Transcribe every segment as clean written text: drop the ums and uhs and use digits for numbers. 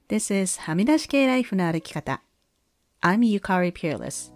This is はみ出し系ライフの歩き方。I'm Yukari Peerless。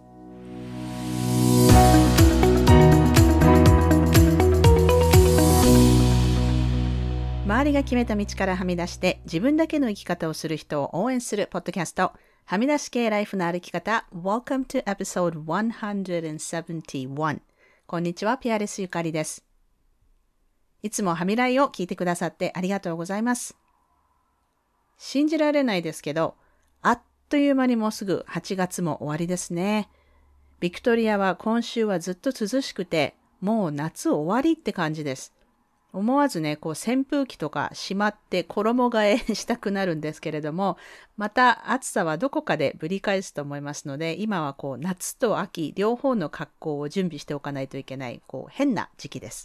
周りが決めた道からはみ出して自分だけの生き方をする人を応援するポッドキャスト、はみ出し系ライフの歩き方。Welcome to episode 171。こんにちは、ピアレスゆかりです。いつもはみらいを聞いてくださってありがとうございます。信じられないですけど、あっという間にもうすぐ8月も終わりですね。ビクトリアは今週はずっと涼しくて、もう夏終わりって感じです。思わずね、扇風機とかしまって衣替えしたくなるんですけれども、また暑さはどこかでぶり返すと思いますので、今は夏と秋両方の格好を準備しておかないといけない、変な時期です。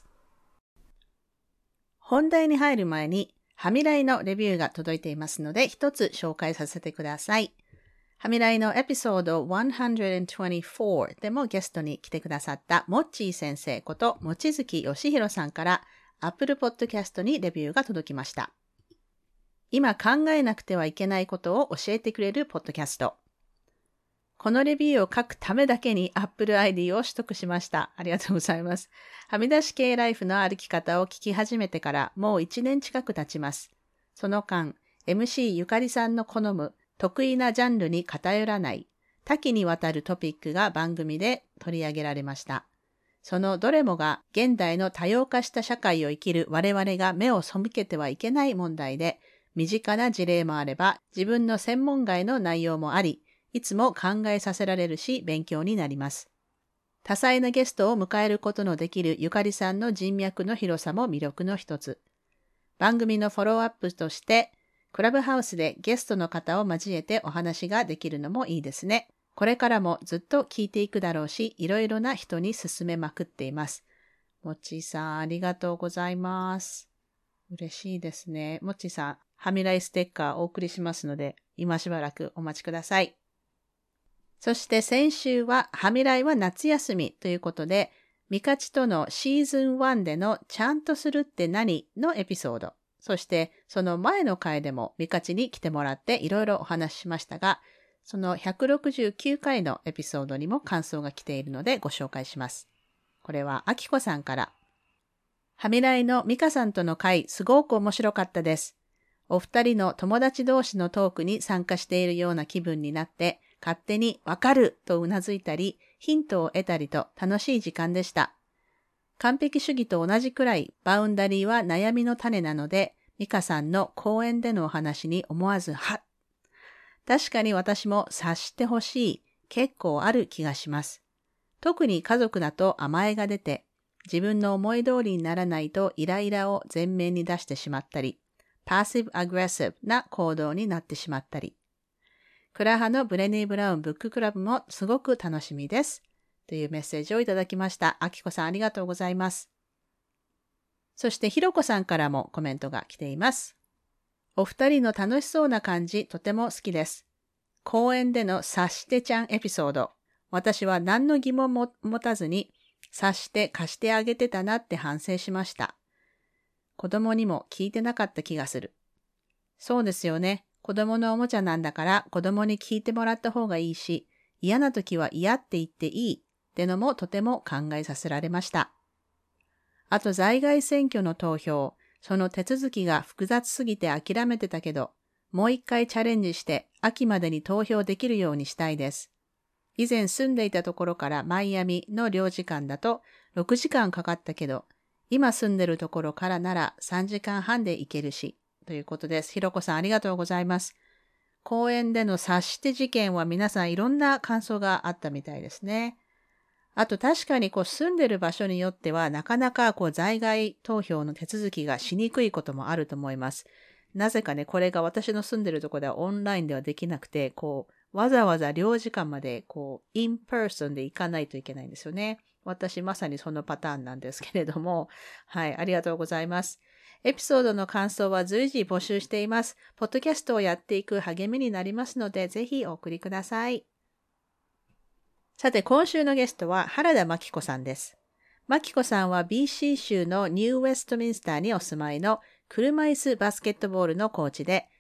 本題に入る前に、はみらいのレビューが届いていますので、一つ紹介させてください。はみらいのエピソード124でもゲストに来てくださったモッチー先生こと望月義弘さんから Apple Podcast にレビューが届きました。今考えなくてはいけないことを教えてくれるポッドキャスト。このレビューを書くためだけに Apple ID を取得しました。ありがとうございます。はみ出し系ライフの歩き方を聞き始めてからもう1年近く経ちます。その間、MC ゆかりさんの好む得意なジャンルに偏らない多岐にわたるトピックが番組で取り上げられました。そのどれもが現代の多様化した社会を生きる我々が目を背けてはいけない問題で、身近な事例もあれば自分の専門外の内容もあり、いつも考えさせられるし勉強になります。多彩なゲストを迎えることのできるゆかりさんの人脈の広さも魅力の一つ。番組のフォローアップとして、クラブハウスでゲストの方を交えてお話ができるのもいいですね。これからもずっと聞いていくだろうし、いろいろな人に勧めまくっています。もっちーさん、ありがとうございます。嬉しいですね。もっちーさん、はみらいステッカーお送りしますので、今しばらくお待ちください。そして先週ははみらいは夏休みということで、ミカチとのシーズン1でのちゃんとするって何のエピソード、そしてその前の回でもミカチに来てもらっていろいろお話ししましたが、その169回のエピソードにも感想が来ているのでご紹介します。これはあきこさんから。はみらいのミカさんとの回すごく面白かったです。お二人の友達同士のトークに参加しているような気分になって、勝手にわかるとうなずいたり、ヒントを得たりと楽しい時間でした。完璧主義と同じくらいバウンダリーは悩みの種なので、ミカさんの講演でのお話に思わずはっ。確かに私も察してほしい、結構ある気がします。特に家族だと甘えが出て、自分の思い通りにならないとイライラを前面に出してしまったり、パッシブアグレッシブな行動になってしまったり、クラハのブレネー・ブラウンブッククラブもすごく楽しみです。というメッセージをいただきました。あきこさんありがとうございます。そしてひろこさんからもコメントが来ています。お二人の楽しそうな感じとても好きです。公園での察してちゃんエピソード。私は何の疑問も持たずに察して貸してあげてたなって反省しました。子供にも聞いてなかった気がする。そうですよね。子供のおもちゃなんだから子供に聞いてもらった方がいいし、嫌な時は嫌って言っていいってのもとても考えさせられました。あと在外選挙の投票、その手続きが複雑すぎて諦めてたけど、もう一回チャレンジして秋までに投票できるようにしたいです。以前住んでいたところからマイアミの領事館だと6時間かかったけど、今住んでるところからなら3時間半で行けるし、ということです。ひろこさんありがとうございます。公園での察して事件は皆さんいろんな感想があったみたいですね。あと確かに住んでる場所によってはなかなか在外投票の手続きがしにくいこともあると思います。なぜかね、これが私の住んでるところではオンラインではできなくて、わざわざ領事館までインパーソンで行かないといけないんですよね。私まさにそのパターンなんですけれども、はい、ありがとうございます。エピソードの感想は随時募集しています。ポッドキャストをやっていく励みになりますので、ぜひお送りください。さて、今週のゲストは原田真紀子さんです。真紀子さんは BC 州のニューウェストミンスターにお住まいの車椅子バスケットボールのコーチで、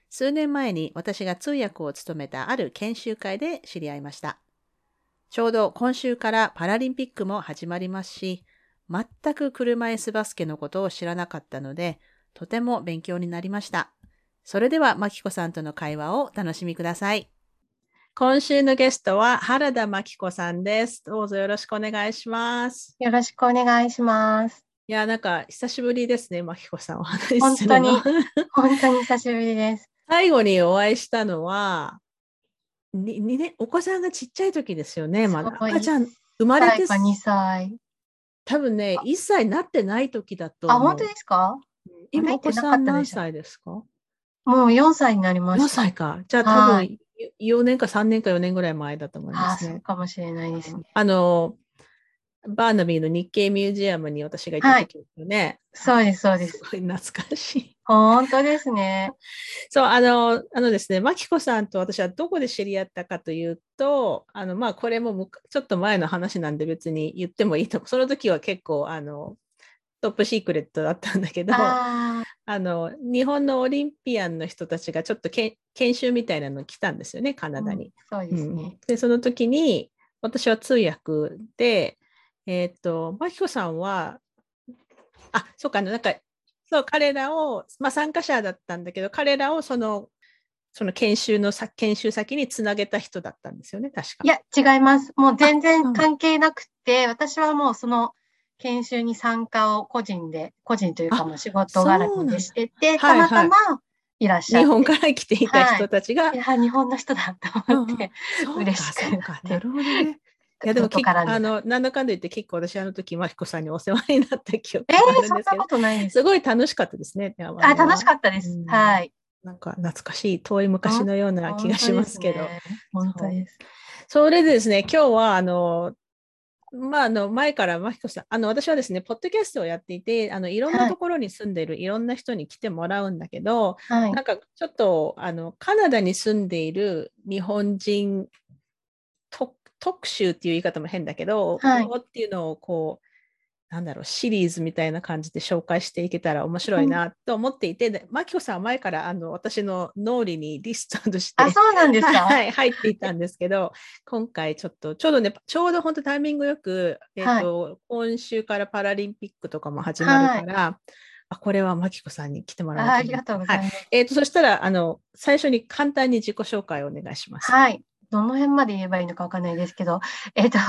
数年前に私が通訳を務めたある研修会で知り合いました。ちょうど今週からパラリンピックも始まりますし、全く車椅子バスケのことを知らなかったので、とても勉強になりました。それでは、まきこさんとの会話をお楽しみください。今週のゲストは原田真紀子さんです。どうぞよろしくお願いします。 よろしくお願いします。 いや、なんか久しぶりですね、真紀子さんお話し本するの。 本当に久しぶりです。 最後にお会いしたのは、年、お子さんがちっちゃい時ですよね。まだ赤ちゃん生まれて、 1歳か2歳。 多分ね、1歳になってない時だとあ、本当思う。 ですか？ 今お子見てなさん何かったでしょ。 歳ですか？ もう4歳になりま 4 した。 歳か。じゃあ多はい。 分4年か3年か4年ぐらい前だと思いまあ、 すね。 そうかもしれないですね。 バーナビーの日系ミュージアムに私が行ったはい。 時ですよね。 そうです、そうです。 すごい懐かしい。 本当ですね。 そう、ですね、マキコさんと私はどこで知り合ったかというと、まあ、これもちょっと前の話なんで別に言ってもいいと思う。その時は結構、トップシークレットだったんだけど、 あ日本のオリンピアンの人たちがちょっと研修みたいなの来たんですよね、カナダに。 そうですね。 で、その時に、私は通訳で、マキコさんは、そうか、なんか、そう、彼らを、まあ、参加者だったんだけど、彼らをその研修先につなげた人だったんですよね、確か。 いや、違います。もう全然うん、 関係なくて、私はもうその研修に参加を個人というかもう仕事絡みでそうなんだ。 してて、たはいはい。 またまいらっしゃ日って。 本から来ていたはい。 人たちが、 いや、日本の人だと思ってそうか、 嬉しくそうか、なて、 るほどね。いや、でずっもと絡んでた。 なんだかんだ言って結構私あの時、マヒコさんにお世話になった記憶があるんですけど、 そんなことないです。 すごい楽しかったですね、 あ、楽しかったです。 うん、 はい。 なんか懐かしい、遠い昔のような気がし本当でますけど、 すね。本当そう。 です。 それでですね、今日は、まあ、前からマヒコさん、私はですね、ポッドキャストをやっていて、いろんなはい。 ところに住んでるいろんな人に来てもらうんだけど、 はい。 なんかちょっと、カナダに住んでいる日本人特集っていう言い方も変だけど、 はい。 っていうのをこう、なんだろう、シリーズみたいな感じで紹介していけたら面白いうん、 なと思っていて、マキコさんは前から私の脳裏にリストとしあ、 てそうなんですか？ はい、入っていたんですけど、今回ちょっと、ちょうどね、ちょうど本当タイミングよく、 はい。 今週からパラリンピックとかも始まるはい。 から、これはマキコさんに来てもらおうと思って。 ありがとうごはい。 ざいます。 そしたら、最初に簡単に自己紹介をお願いします。 はい。どの辺まで言えばいいのかわかんないですけど、えっと、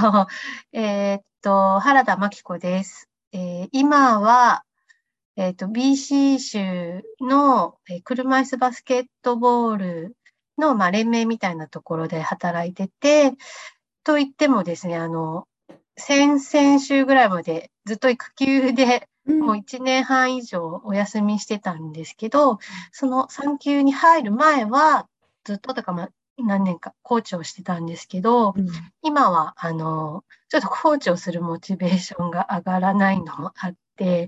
原田真紀子です。今は、BC 州の、車椅子バスケットボールの、まあ、連盟みたいなところで働いてて、と言ってもですね、先々週ぐらいまでずっと育休で、 うん。 もう1年半以上お休みしてたんですけど、その産休に入る前は、ずっととか、まあ、何年かコーチをしてたんですけど、 うん。 今は、ちょっとコーチをするモチベーションが上がらないのもあって、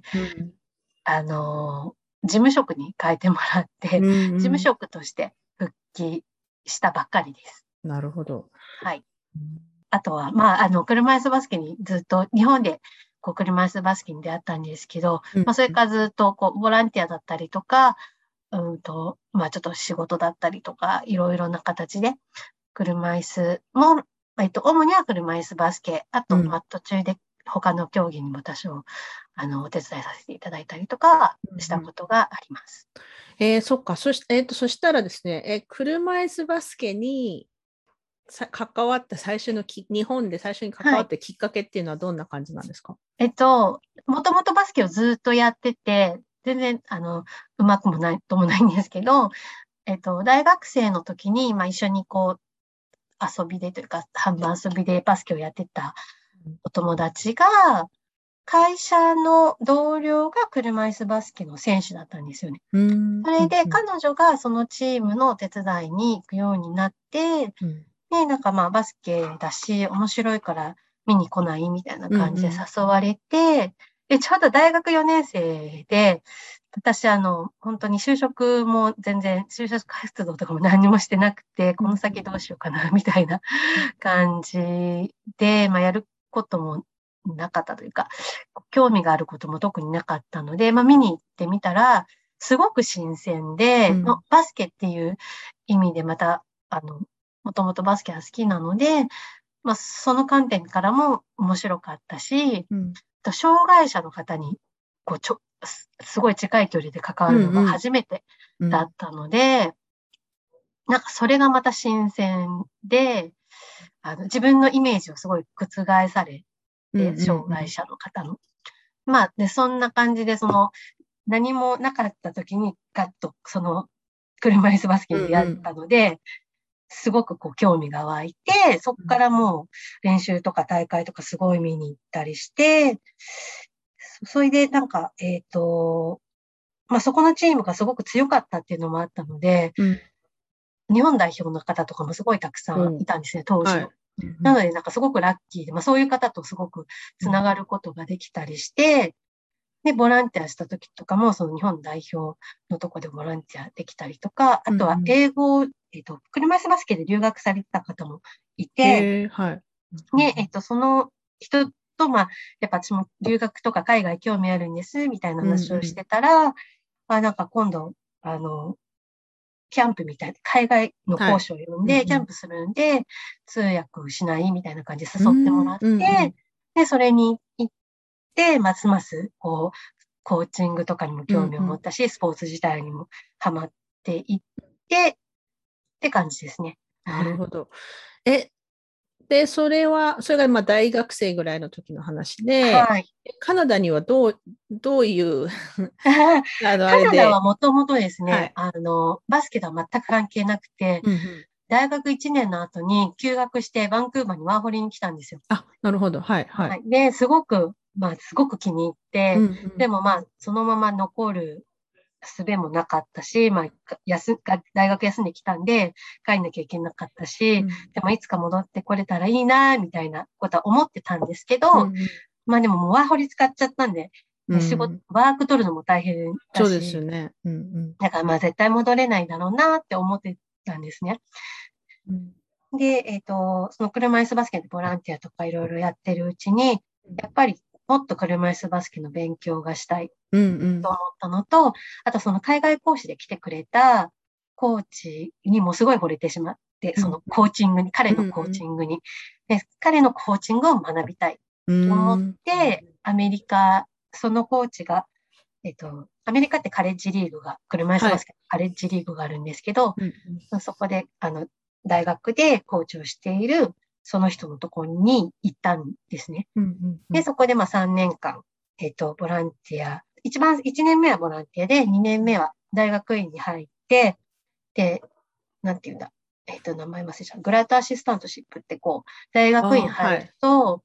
うん。 あの、事務職に変えてもらって、 うん。 事務うん。 職として復帰したばっかりです。 なるほど。 はい。 うん。 あとは、まあ、車椅子バスケにずっと、日本でこう車椅子バスケに出会ったんですけど、 うん。 まあ、それからずっとこうボランティアだったりとか、まあ、ちょっと仕事だったりとか、いろいろな形で、車椅子も、主には車椅子バスケ、あと、まあ、途中で他の競技にも多少、お手伝いさせていただいたりとかしたことがあります。 そっか。そしたらですね、車椅子バスケに関わった日本で最初に関はい。 わったきっかけっていうのはどんな感じなんですか？ もともとバスケをずっとやってて、全然、うまくもないともないんですけど、大学生の時に、まあ、一緒にこう、遊びでというか、半分遊びでバスケをやってたお友達が、会社の同僚が車椅子バスケの選手だったんですよね。 うん。 それで、 うん。 彼女がそのチームの手伝いに行くようになって、 うん。 で、なんかまあバスケだし、面白いから見に来ないみたいなうん。 感じでうん。 誘われて、で、ちょうど大学4年生で、私本当に就職も全然、就職活動とかも何もしてなくて、この先どうしようかな、みたいな感じで、まあやることもなかったというか、興味があることも特になかったので、まあ見に行ってみたら、 すごく新鮮で、バスケっていう意味でまた、もともとバスケが好きなので、まあ、その観点からも面白かったし、障害者の方に、こう、すごい近い距離で関わるのが初めてだったので、なんかそれがまた新鮮で、自分のイメージをすごい覆されて、障害者の方の。まあ、で、そんな感じで、何もなかった時に、ガッと、車椅子バスケに出会ったので、すごくこう興味が湧いて、そこからもう練習とか大会とかすごい見に行ったりして、それでなんか、まあ、そこのチームがすごく強かったっていうのもあったので、日本代表の方とかもすごいたくさんいたんですね、当時の。なので、なんかすごくラッキーで、まあそういう方とすごくつながることができたりして、で、ボランティアした時とかも、その日本代表のとこでボランティアできたりとか、あとは英語、車椅子バスケで留学されてた方もいて、ね、その人と、まあ、やっぱ私も留学とか海外興味あるんです、みたいな話をしてたら、なんか今度、キャンプみたいな、海外の講師を呼んで、キャンプするんで、通訳しないみたいな感じで誘ってもらって、で、それに行って、ますます、こう、コーチングとかにも興味を持ったし、スポーツ自体にもハマっていって、って感じですね。 なるほど。で、それがまあ大学生ぐらいの時の話で、カナダにはどういうカナダはもともとですね、バスケとは全く関係なくて、大学1年の後に休学してバンクーバーにワーホリに来たんですよ。 なるほど。 で、すごく気に入って、でもまあ、そのまま残る術もなかったし、まあ、大学休んできたんで、帰んなきゃいけなかったし、でもいつか戻ってこれたらいいな、みたいなことは思ってたんですけど、まあでももうワーホリ使っちゃったんで、ワーク取るのも大変だし、 そうですよね。 だからまあ絶対戻れないだろうなって思ってたんですね。で、その車椅子バスケのボランティアとかいろいろやってるうちに、やっぱりもっと車椅子バスケの勉強がしたいと思ったのと、あとその海外講師で来てくれたコーチにもすごい惚れてしまって、そのコーチングに、彼のコーチングに。で、彼のコーチングを学びたいと思って、アメリカ、そのコーチが、アメリカってカレッジリーグが、車椅子バスケカレッジリーグがあるんですけど、そこで、大学でコーチをしている、その人のところに行ったんですね。で、そこでまあ3年間、ボランティア、1年目はボランティアで、2年目は大学院に入って、で、なんていうんだ、名前忘れちゃう。グラッドアシスタントシップってこう、大学院入ると、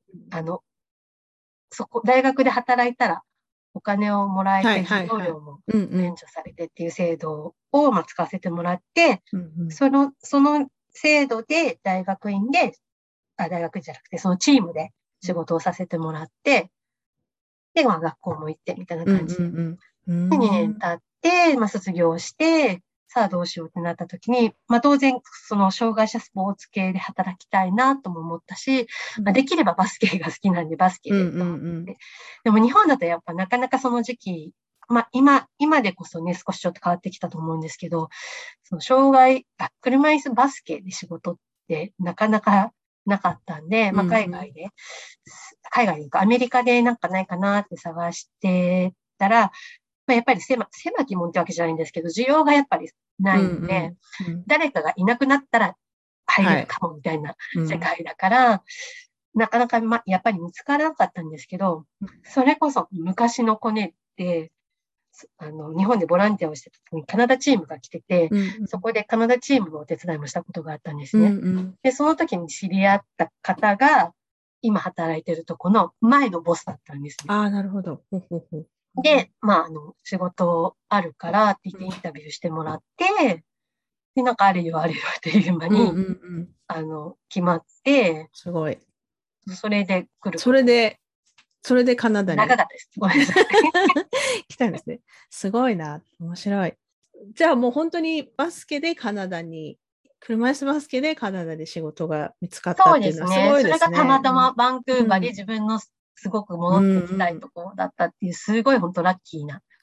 大学で働いたらお金をもらえて、授業料も免除されてっていう制度を使わせてもらって、その制度で大学じゃなくて、そのチームで仕事をさせてもらって、で、まあ学校も行ってみたいな感じで。で、2年経って、まあ卒業して、さあどうしようってなった時に、まあ当然、その障害者スポーツ系で働きたいなとも思ったし、まあ、できればバスケが好きなんでバスケでと思って。でも日本だとやっぱなかなかその時期、まあ今でこそね、少しちょっと変わってきたと思うんですけど、その車椅子バスケで仕事ってなかなかなかったんで、まあ海外というかアメリカでなんかないかなって探してたら、まあ、やっぱり狭き門ってわけじゃないんですけど、需要がやっぱりないんで、誰かがいなくなったら入れるかもみたいな世界だから、なかなか、やっぱり見つからなかったんですけど、それこそ昔のコネって、日本でボランティアをしてた時にカナダチームが来てて、そこでカナダチームのお手伝いもしたことがあったんですね。で、その時に知り合った方が、今働いてるとこの前のボスだったんですね。 なるほど。 で、まあ、仕事あるからって言ってインタビューしてもらって、で、なんかあれよあれよっていう間に、決まって、 すごい。 それで来る。 それでカナダに。 長かったです。ごめんなさい。 来たんですね。すごいな。面白い。じゃあもう本当に車椅子バスケでカナダで仕事が見つかったっていうのはすごいですね。 それがたまたまバンクーバーで自分のすごく戻ってきたいところだったっていう、すごい本当ラッキーな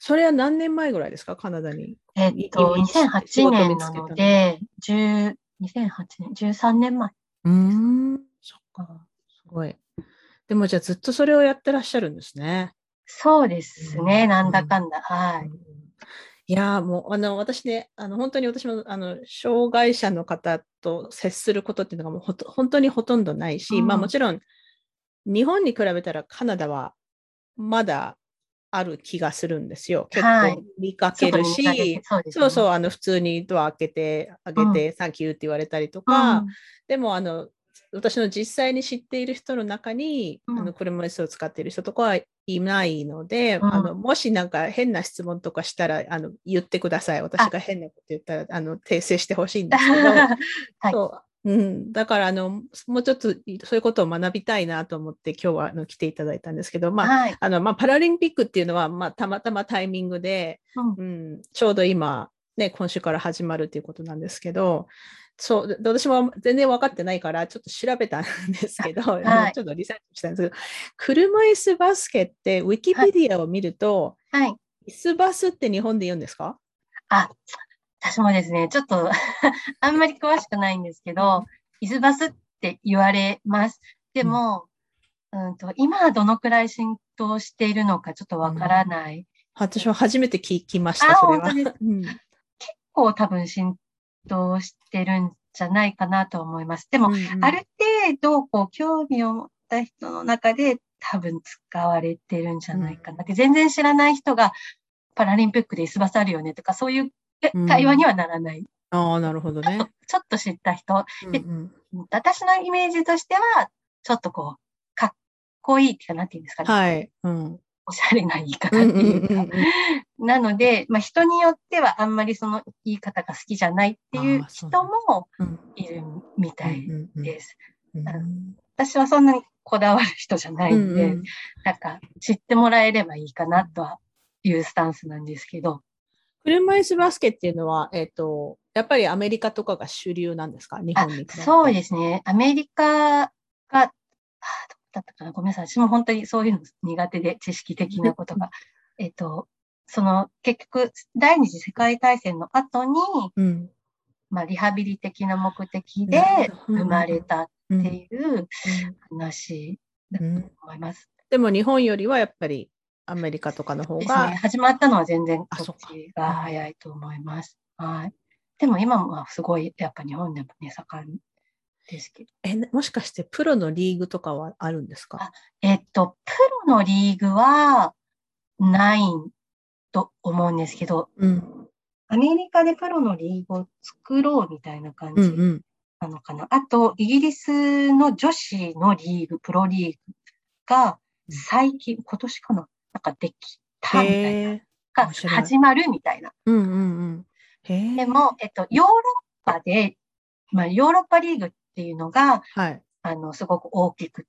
それは何年前ぐらいですか、カナダに移民して仕 2008 事見年なつけたの。 ので、2008年、13年前です。 そっか。すごい。でもじゃあずっとそれをやってらっしゃるんですね。 そうでうすね。なんだかんんだ。はうんい。 いやーもう、私ね、本当に私も、障害者の方と接することっていうのがもう本当にほとんどないし、まあもうん。 ちろん、日本に比べたらカナダはまだある気がするんですよ。結はい。 構見かける外に見られて、 し、 そうですよね。 そうそう、普通にドア開けて、あうん。 げて、サンキューって言われたりとうか、 ん。 でも、私の実際に知っている人の中に、 うん。 車椅子を使っている人とかはいないので、 うん。 もしなんか変な質問とかしたら、言ってください。私あ、 が変なこと言ったら、訂正してほしいんですけど、 はい。 そう、うん、だからもうちょっとそういうことを学びたいなと思って今日は来ていただいたんですけど、 はい。 まあ、パラリンピックっていうのは、まあ、たまたまタイミングで、 うん。 うん、ちょうど今、ね、今週から始まるということなんですけど、そうで私も全然分かってないからちょっと調べたんですけど、ちょはい。 っとリサーチしたんですけど、車椅子バスケってウィキはい。 ペディアを見ると、 はい。 椅子バスって日本で言うんですか？ あ、私もですね、ちょっとあんまり詳しくないんですけど、 うん、 イズバスって言われます。でうんも、今はどのくらい浸透しているのかちょっとわからうん、 ない。 私は初めて聞きましあ、 た、それは。 本当です。 うん、 構多分浸透してるんじゃないかなと思います。でも、 うん、うん。 ある程度、興味を持った人の中で多分使われてるんじゃうんないかな。で、全然知らない人がパラリンピックで椅子バスあるよねとか、そういうう会話にん、 はならない。 ああ、なるほどね。 ちょっと知った人。 うん、うで、 ん。 私のイメージとしては、ちょっとかっこいいっていうか、なんていうんですかね。 はい。うん。 おしゃれな言いうん、 方っうん、 ていうか。 うん、うん。 なので、まあ、人によってはあんまりその言い方が好きじゃないっていああ、そうう人なんだ。 もうん、 いるみうん、 たいうん、うん。 です。 うあのん、 私はそんなにこだわる人じゃなうん、ういんで、 ん。 なんか知ってもらえればいいかなとはいうスタンスなんですけど。 車椅子バスケっていうのは、やっぱりアメリカとかが主流なんですか、日あ、 本に比べそうて。 ですね。アメリカが、どうだったかな。ごめんなさい。私も本当にそういうの苦手で、知識的なことが。えっと、結局、第二次世界大戦の後に、 うん。 まあ、リハビリ的な目的でなるほど。うん、 生うん、 まれたっうん。 ていううん。 話だとうん。 思います。 でも日本よりはやっぱりアメリカとかの方ですね。 が、 始まったのは全然あ、 こっそっか。 ちがうん。 早いと思います。はい。でも今もすごい、やっぱ日本でもね、盛んですけど。 もしかしてプロのリーグとかはあるんですか？ あ、プロのリーグはないと思うんですけど、 うん。 アメリカでプロのリーグを作ろうみたいな感うんじうん。 なのかな。あと、イギリスの女子のリーグ、プロリーグが最近、今年かななんかできへたみたいな。 え、 が面白い。 始まるみたいな。 うんうんうん。へえ、 でも、ヨーロッパで、まあ、ヨーロッパリーグっていうのが、 はい。 すごく大きくって、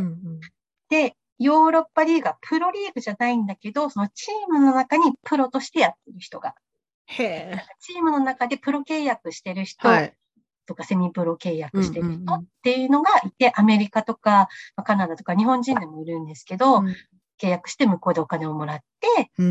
うんうん。 で、ヨーロッパリーグはプロリーグじゃないんだけど、そのチームの中にプロとしてやってる人が、 へえ、 チームの中でプロ契約してる人はい。 とかセミプロ契約うんうしてる人っんていうのがいて、アメリカとかカナダとか日本人でもいるんですけど、 うん。 契約して向こうでお金をもらってうん。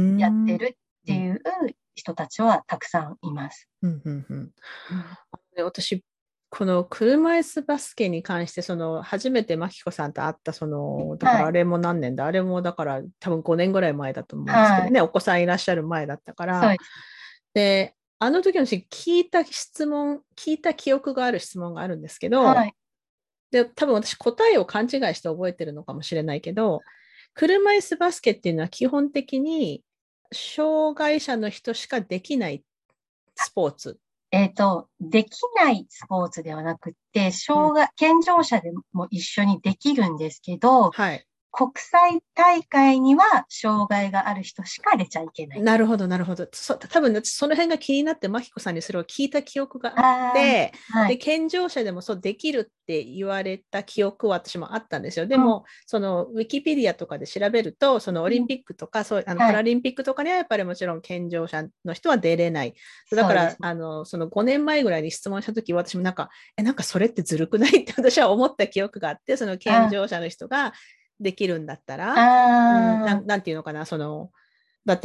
やってるっていう人たちはたくさんいます。 うんうんうん。 うん、 で私、この車椅子バスケに関して、初めて真紀子さんと会った、だかはい。 らあれも何年だ、あれもだから多分5年ぐらい前だと思うんですけはい。 どね、お子さんいらっしゃる前だったから、 そうです。 で、あの時の聞いた記憶がある質問があるんですけど、 はい。 で、多分私答えを勘違いして覚えてるのかもしれないけど、車椅子バスケっていうのは基本的に障害者の人しかできないスポーツ。 できないスポーツではなくって、 うん。 健常者でも一緒にできるんですけど、 はい。 国際大会には障害がある人しか出ちゃいけない。 なるほど、なるほど。多分その辺が気になって、真紀子さんにそれを聞いた記憶があっあて、 あ、はで、 い。 健常者でもそうできるって言われた記憶は私もあったんですよ。でうん、 も、ウィキペディアとかで調べると、オリンうん、 ピックとか、そうパはい。 ラリンピックとかにはやっぱりもちろん健常者の人は出れない。だから、 そうですね。 その5年前ぐらいに質問したとき、私もなんか、なんかそれってずるくないって私は思った記憶があって、その健あ常者の人ができるんだったあ、 ら、うん、 ああ、 なんていうのかな、だって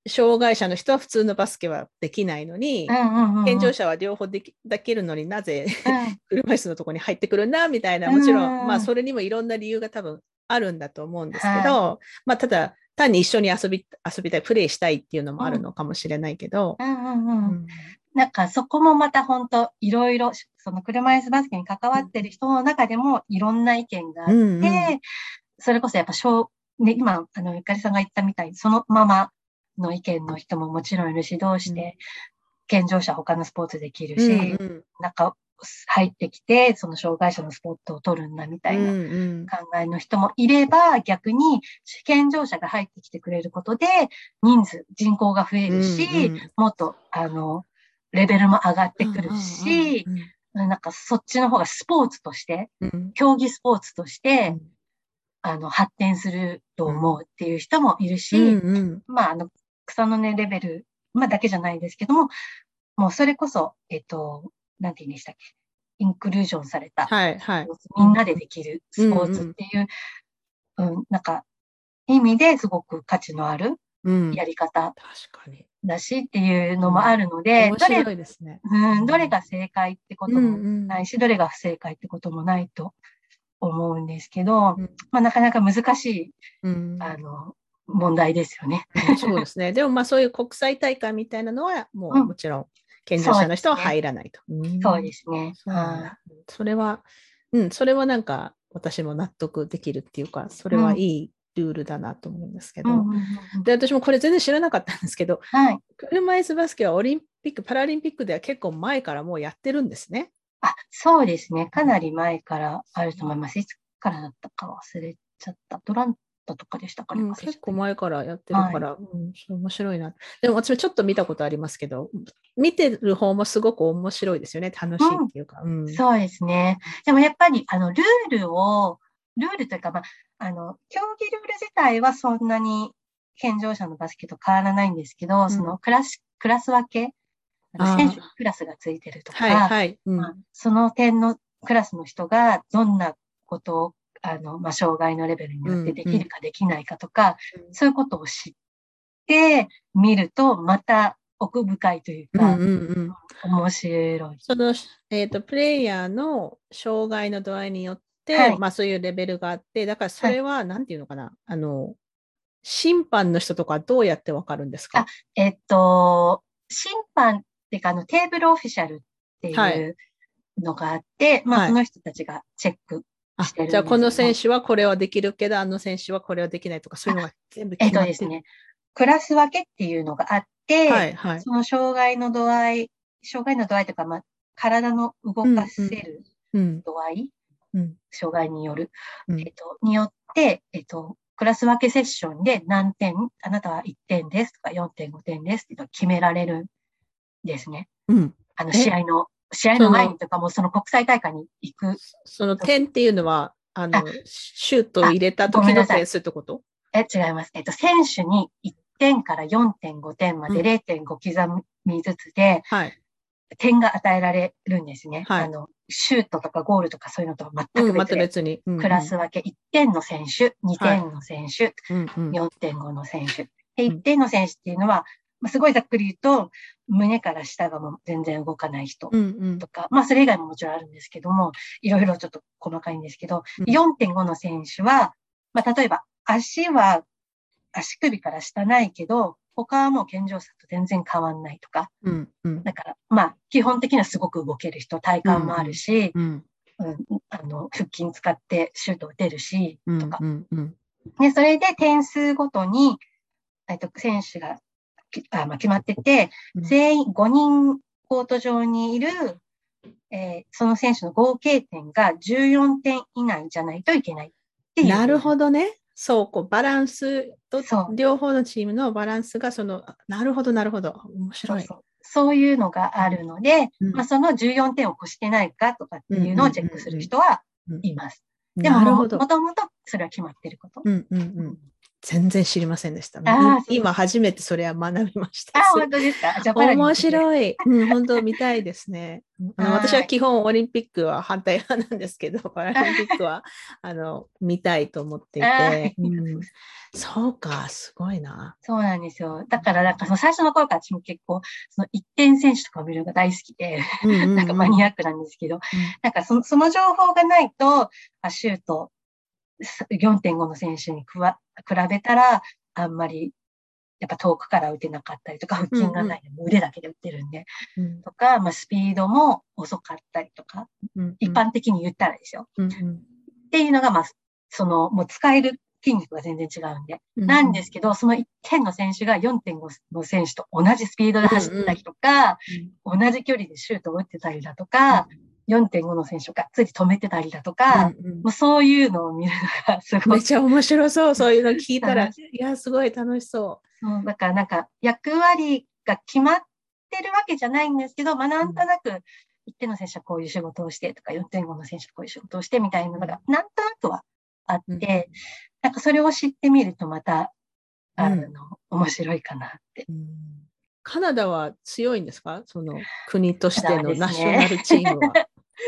障害者の人は普通のバスケはできないのに、健常者は両方できるのになぜ車椅子のところに入ってくるんだみたいな、もちろん、まあそれにもいろんな理由が多分あるんだと思うんですけど、まあただ単に一緒に遊びたい、プレイしたいっていうのもあるのかもしれないけど。 なんかそこもまた本当いろいろ、その車椅子バスケに関わってる人の中でもいろんな意見があって、それこそやっぱね、今、ゆかりさんが言ったみたいに、そのままの意見の人ももちろんいるし、どうして健常者他のスポーツできるし、なんか入ってきて、その障害者のスポットを取るんだみたいな考えの人もいれば、逆に健常者が入ってきてくれることで、人口が増えるし、もっと、レベルも上がってくるし、なんかそっちの方がスポーツとして、競技スポーツとして、発展すると思うっていう人もいるし、まあ、草の根レベル、まあだけじゃないですけども、もうそれこそ、なんて言うんでしたっけ、インクルージョンされた、みんなでできるスポーツっていう、なんか、意味ですごく価値のあるやり方だしっていうのもあるので、 面白いですね。 どれが正解ってこともないし、どれが不正解ってこともないと思うんですけど、まあなかなか難しい、問題ですよね。 そうですね。でもまあそういう国際大会みたいなのはもちろん健常者の人は入らないと。 そうですね。 それはなんか私も納得できるっていうか、それはいいルールだなと思うんですけど。で、私もこれ全然知らなかったんですけど、車椅子バスケはオリンピック、パラリンピックでは結構前からもうやってるんですね。 そうですね。かなり前からあると思います。いつからだったか忘れちゃった。トランプとかでしたかね。 結構前からやってるから、面白いな。でも私もちょっと見たことありますけど、見てる方もすごく面白いですよね。楽しいっていうか。 そうですね。でもやっぱり、ルールというか、まあ、競技ルール自体はそんなに健常者のバスケと変わらないんですけど、そのクラス分け、選手にクラスがついてるとか、その点のクラスの人がどんなことを、まあ、障害のレベルによってできるかできないかとか、そういうことを知って見ると、また奥深いというか、面白い。 その、プレイヤーの障害の度合いによって、まあそういうレベルがあって、だからそれは、なんていうのかな、審判の人とかどうやってわかるんですか？ 審判っていうか、テーブルオフィシャルっていうのがあって、まあその人たちがチェックしてるんです。 じゃあこの選手はこれはできるけど、あの選手はこれはできないとか、そういうのが全部決まってる。 ですね。クラス分けっていうのがあって、その障害の度合いというか、まあ、体の動かせる度合い、障害による、によって、クラス分けセッションで何点、あなたは1点ですとか4.5点ですっていうのを決められるんですね。試合の前にとかも、その国際大会に行く。 その点っていうのは、シュートを入れた時の点数ってこと？ 違います。選手に1点から4.5点まで0.5刻みずつで、点が与えられるんですね。シュートとかゴールとかそういうのとは全く別に。クラス分け1点の選手、2点の選手、4.5の選手。で、1点の選手っていうのは、すごいざっくり言うと、胸から下がもう全然動かない人とか、まあそれ以外ももちろんあるんですけども、いろいろちょっと細かいんですけど、4.5 の選手は、まあ例えば足首から下ないけど、他はもう健常者と全然変わんないとか。だから、まあ基本的にはすごく動ける人、体幹もあるし、腹筋使ってシュート打てるし、とか。で、それで点数ごとに、選手が決まってて、全員5人コート上にいる、その選手の合計点が14点以内じゃないといけないっていう。 なるほどね。そう、バランスと、両方のチームのバランスがなるほど。面白い。 そういうのがあるので、まあその14点を越してないかとかっていうのをチェックする人はいます。でも、もともとそれは決まってること。 全然知りませんでした。今初めてそれは学びました。 本当ですか？じゃあパラリンピック。 面白い。本当見たいですね。私は基本オリンピックは反対派なんですけど、パラリンピックは見たいと思っていて。そうか、すごいな。 そうなんですよ。だから、その最初の頃から私も結構、その一点選手とかを見るのが大好きで、なんかマニアックなんですけど、なんかその情報がないと、シュート4.5 の選手に比べたら、あんまり、やっぱ遠くから打てなかったりとか、腹筋がないで腕だけで打ってるんで、とか、スピードも遅かったりとか、一般的に言ったらですよ。っていうのが、もう使える筋肉が全然違うんで。なんですけど、その1点の選手が 4.5 の選手と同じスピードで走ったりとか、同じ距離でシュートを打ってたりだとか、4.5 の選手をがっつり止めてたりだとか、もうそういうのを見るのがすごい。 めっちゃ面白そう。そういうの聞いたら、いや、すごい楽しそう。 だからなんか役割が決まってるわけじゃないんですけど、なんとなく1点の選手はこういう仕事をしてとか、4.5 の選手はこういう仕事をしてみたいなのが、なんとなくはあって、なんかそれを知ってみるとまた、面白いかなって。 カナダは強いんですか？その国としてのナショナルチームは。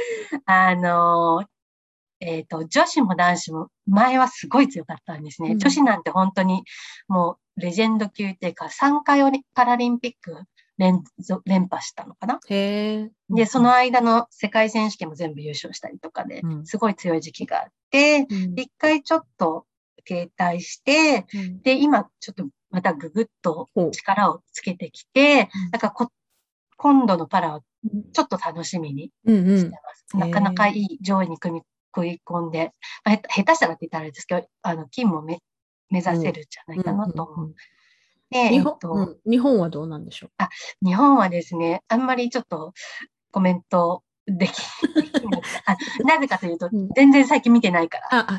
女子も男子も前はすごい強かったんですね。女子なんて本当にもうレジェンド級っていうか3回パラリンピック連覇したのかな。で、その間の世界選手権も全部優勝したりとかで、すごい強い時期があって、一回ちょっと停滞して、で、今ちょっとまたぐぐっと力をつけてきて、なんか今度のパラをちょっと楽しみにしてます。なかなかいい上位に食い込んで、下手したらって言ったらあれですけど、金も目指せるんじゃないかなと思う。 日本はどうなんでしょう？ 日本はですね、あんまりちょっとコメントできない。なぜかというと、全然最近見てないから。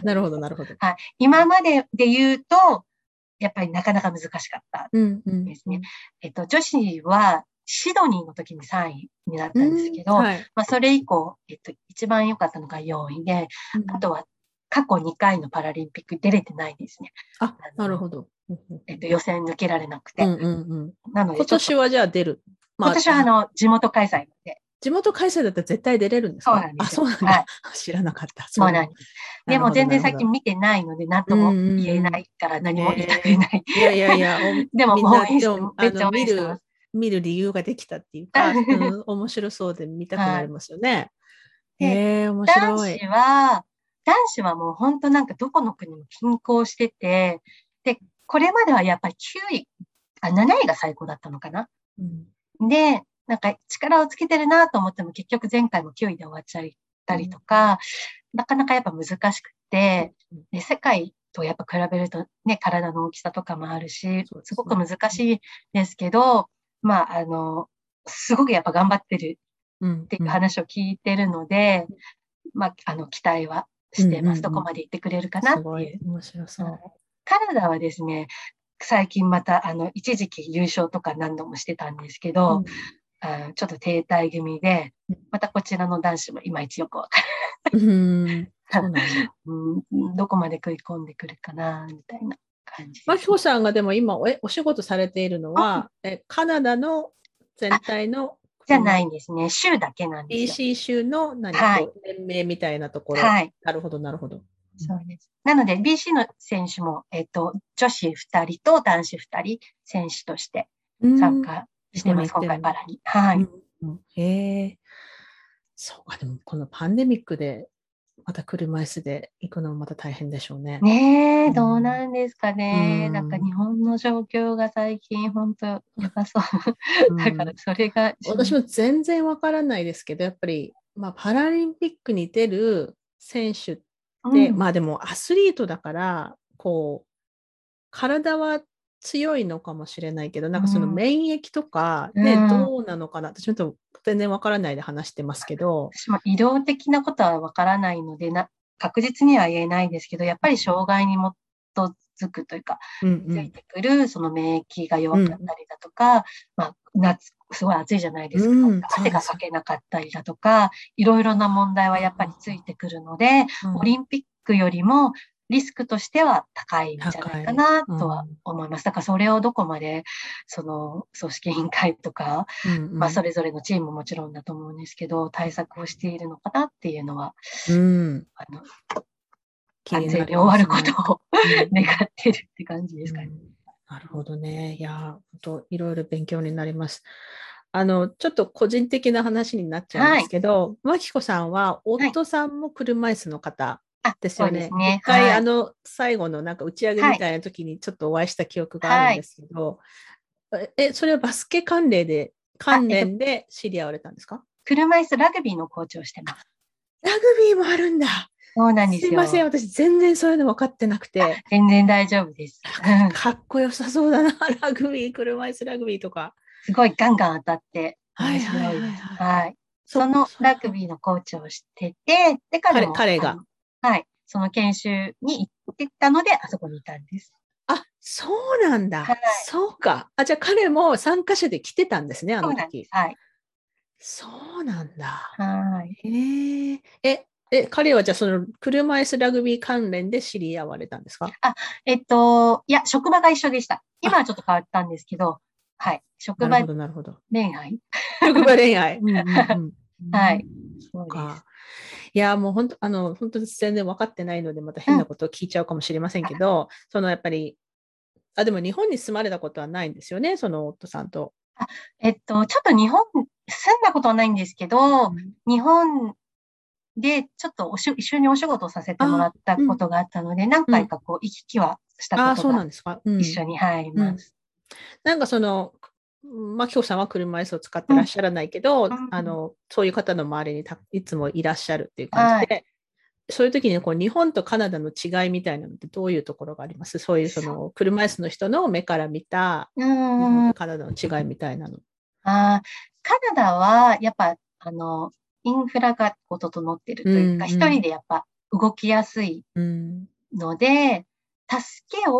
なるほど、なるほど。 はい。今までで言うと、やっぱりなかなか難しかったですね。女子は、シドニーの時に3位になったんですけど、それ以降、一番良かったのが4位で、あとは過去2回のパラリンピック出れてないですね。 なるほど。 予選抜けられなくて。 なので今年はじゃあ出る。 今年は地元開催で。 地元開催だったら絶対出れるんですか？ そうなんですよ。 そうなんだ。知らなかった。 そうなんです。でも全然最近見てないので、何とも言えないから何も言いたくない。 いや、 でも応援してめっちゃ応援してます。 見る理由ができたっていうか、面白そうで見たくなりますよね。面白い。 男子はもう本当なんかどこの国も均衡してて、で、これまではやっぱり9位、7位が最高だったのかな。で、なんか力をつけてるなと思っても結局前回も9位で終わっちゃったりとか、なかなかやっぱ難しくて、で世界とやっぱ比べるとね、体の大きさとかもあるし、すごく難しいですけど、すごくやっぱ頑張ってるっていう話を聞いてるので、期待はしてます。どこまで行ってくれるかなっていう。すごい面白そう。 カナダはですね、最近また、一時期優勝とか何度もしてたんですけど、ちょっと停滞気味で、またこちらの男子もいまいちよくわからない。どこまで食い込んでくるかな、みたいな感じ。 マキコさんがでも今お仕事されているのは、カナダの全体のじゃないんですね。州だけなんですよ。 BC 州の連盟みたいなところ。なるほど、なるほど。 そうです。なので、BC の選手も、女子2人と男子2人選手として参加してます、今回パラに。 そうか、でもこのパンデミックで、また車椅子で行くのもまた大変でしょうね。 ねえ、どうなんですかね。なんか日本の状況が最近本当やばそう。だからそれが。 私も全然わからないですけど、やっぱり、パラリンピックに出る選手って、でもアスリートだから、体は強いのかもしれないけど、なんかその免疫とかね、どうなのかな。私ちょっと全然わからないで話してますけど。 私も医療的なことはわからないので、確実には言えないですけど、やっぱり障害に基づくというか、ついてくるその免疫が弱かったりだとか、夏、すごい暑いじゃないですか。汗がかけなかったりだとか、いろいろな問題はやっぱりついてくるので、オリンピックよりも、 リスクとしては高いんじゃないかなとは思います。だからそれをどこまで、その組織委員会とか、まあそれぞれのチームももちろんだと思うんですけど、対策をしているのかなっていうのは、安全に終わることを願ってるって感じですかね。 なるほどね。いや、本当いろいろ勉強になります。ちょっと個人的な話になっちゃうんですけど、まきこさんは、夫さんも車椅子の方ですよね。 そうですね。 一回、最後のなんか打ち上げみたいな時にちょっとお会いした記憶があるんですけど、それはバスケ関連で知り合われたんですか？ 車椅子ラグビーのコーチをしてます。 ラグビーもあるんだ。 そうなんですよ。 すいません、私全然そういうの分かってなくて。 全然大丈夫です。 かっこよさそうだな、ラグビー、車椅子ラグビーとか。 すごいガンガン当たって面はいはい白いです。 はい。 はい。そのラグビーのコーチをしてて、で、 彼が。 はい。その研修に行ってたので、あそこにいたんです。 あ、そうなんだ。 はい。 そうか。じゃあ彼も参加者で来てたんですね、あの時。 はい。 そうなんだ。 はい。 彼はじゃあその車椅子ラグビー関連で知り合われたんですか？ いや、職場が一緒でした。今はちょっと変わったんですけど、はい。職場恋愛職場恋愛。 はい。 そうか。いや、もう本当に全然分かってないので、また変なことを聞いちゃうかもしれませんけど、やっぱり、でも日本に住まれたことはないんですよね、その夫さんと。 ちょっと日本、住んだことはないんですけど、日本でちょっと一緒にお仕事をさせてもらったことがあったので、何回かこう行き来はしたことが一緒に入ります。 なんかまきこさんは車椅子を使ってらっしゃらないけど、そういう方の周りにいつもいらっしゃるっていう感じで、そういう時に日本とカナダの違いみたいなのってどういうところがあります？そういう車椅子の人の目から見た日本とカナダの違いみたいなの。 カナダはやっぱインフラが整っているというか、一人でやっぱ動きやすいので、助け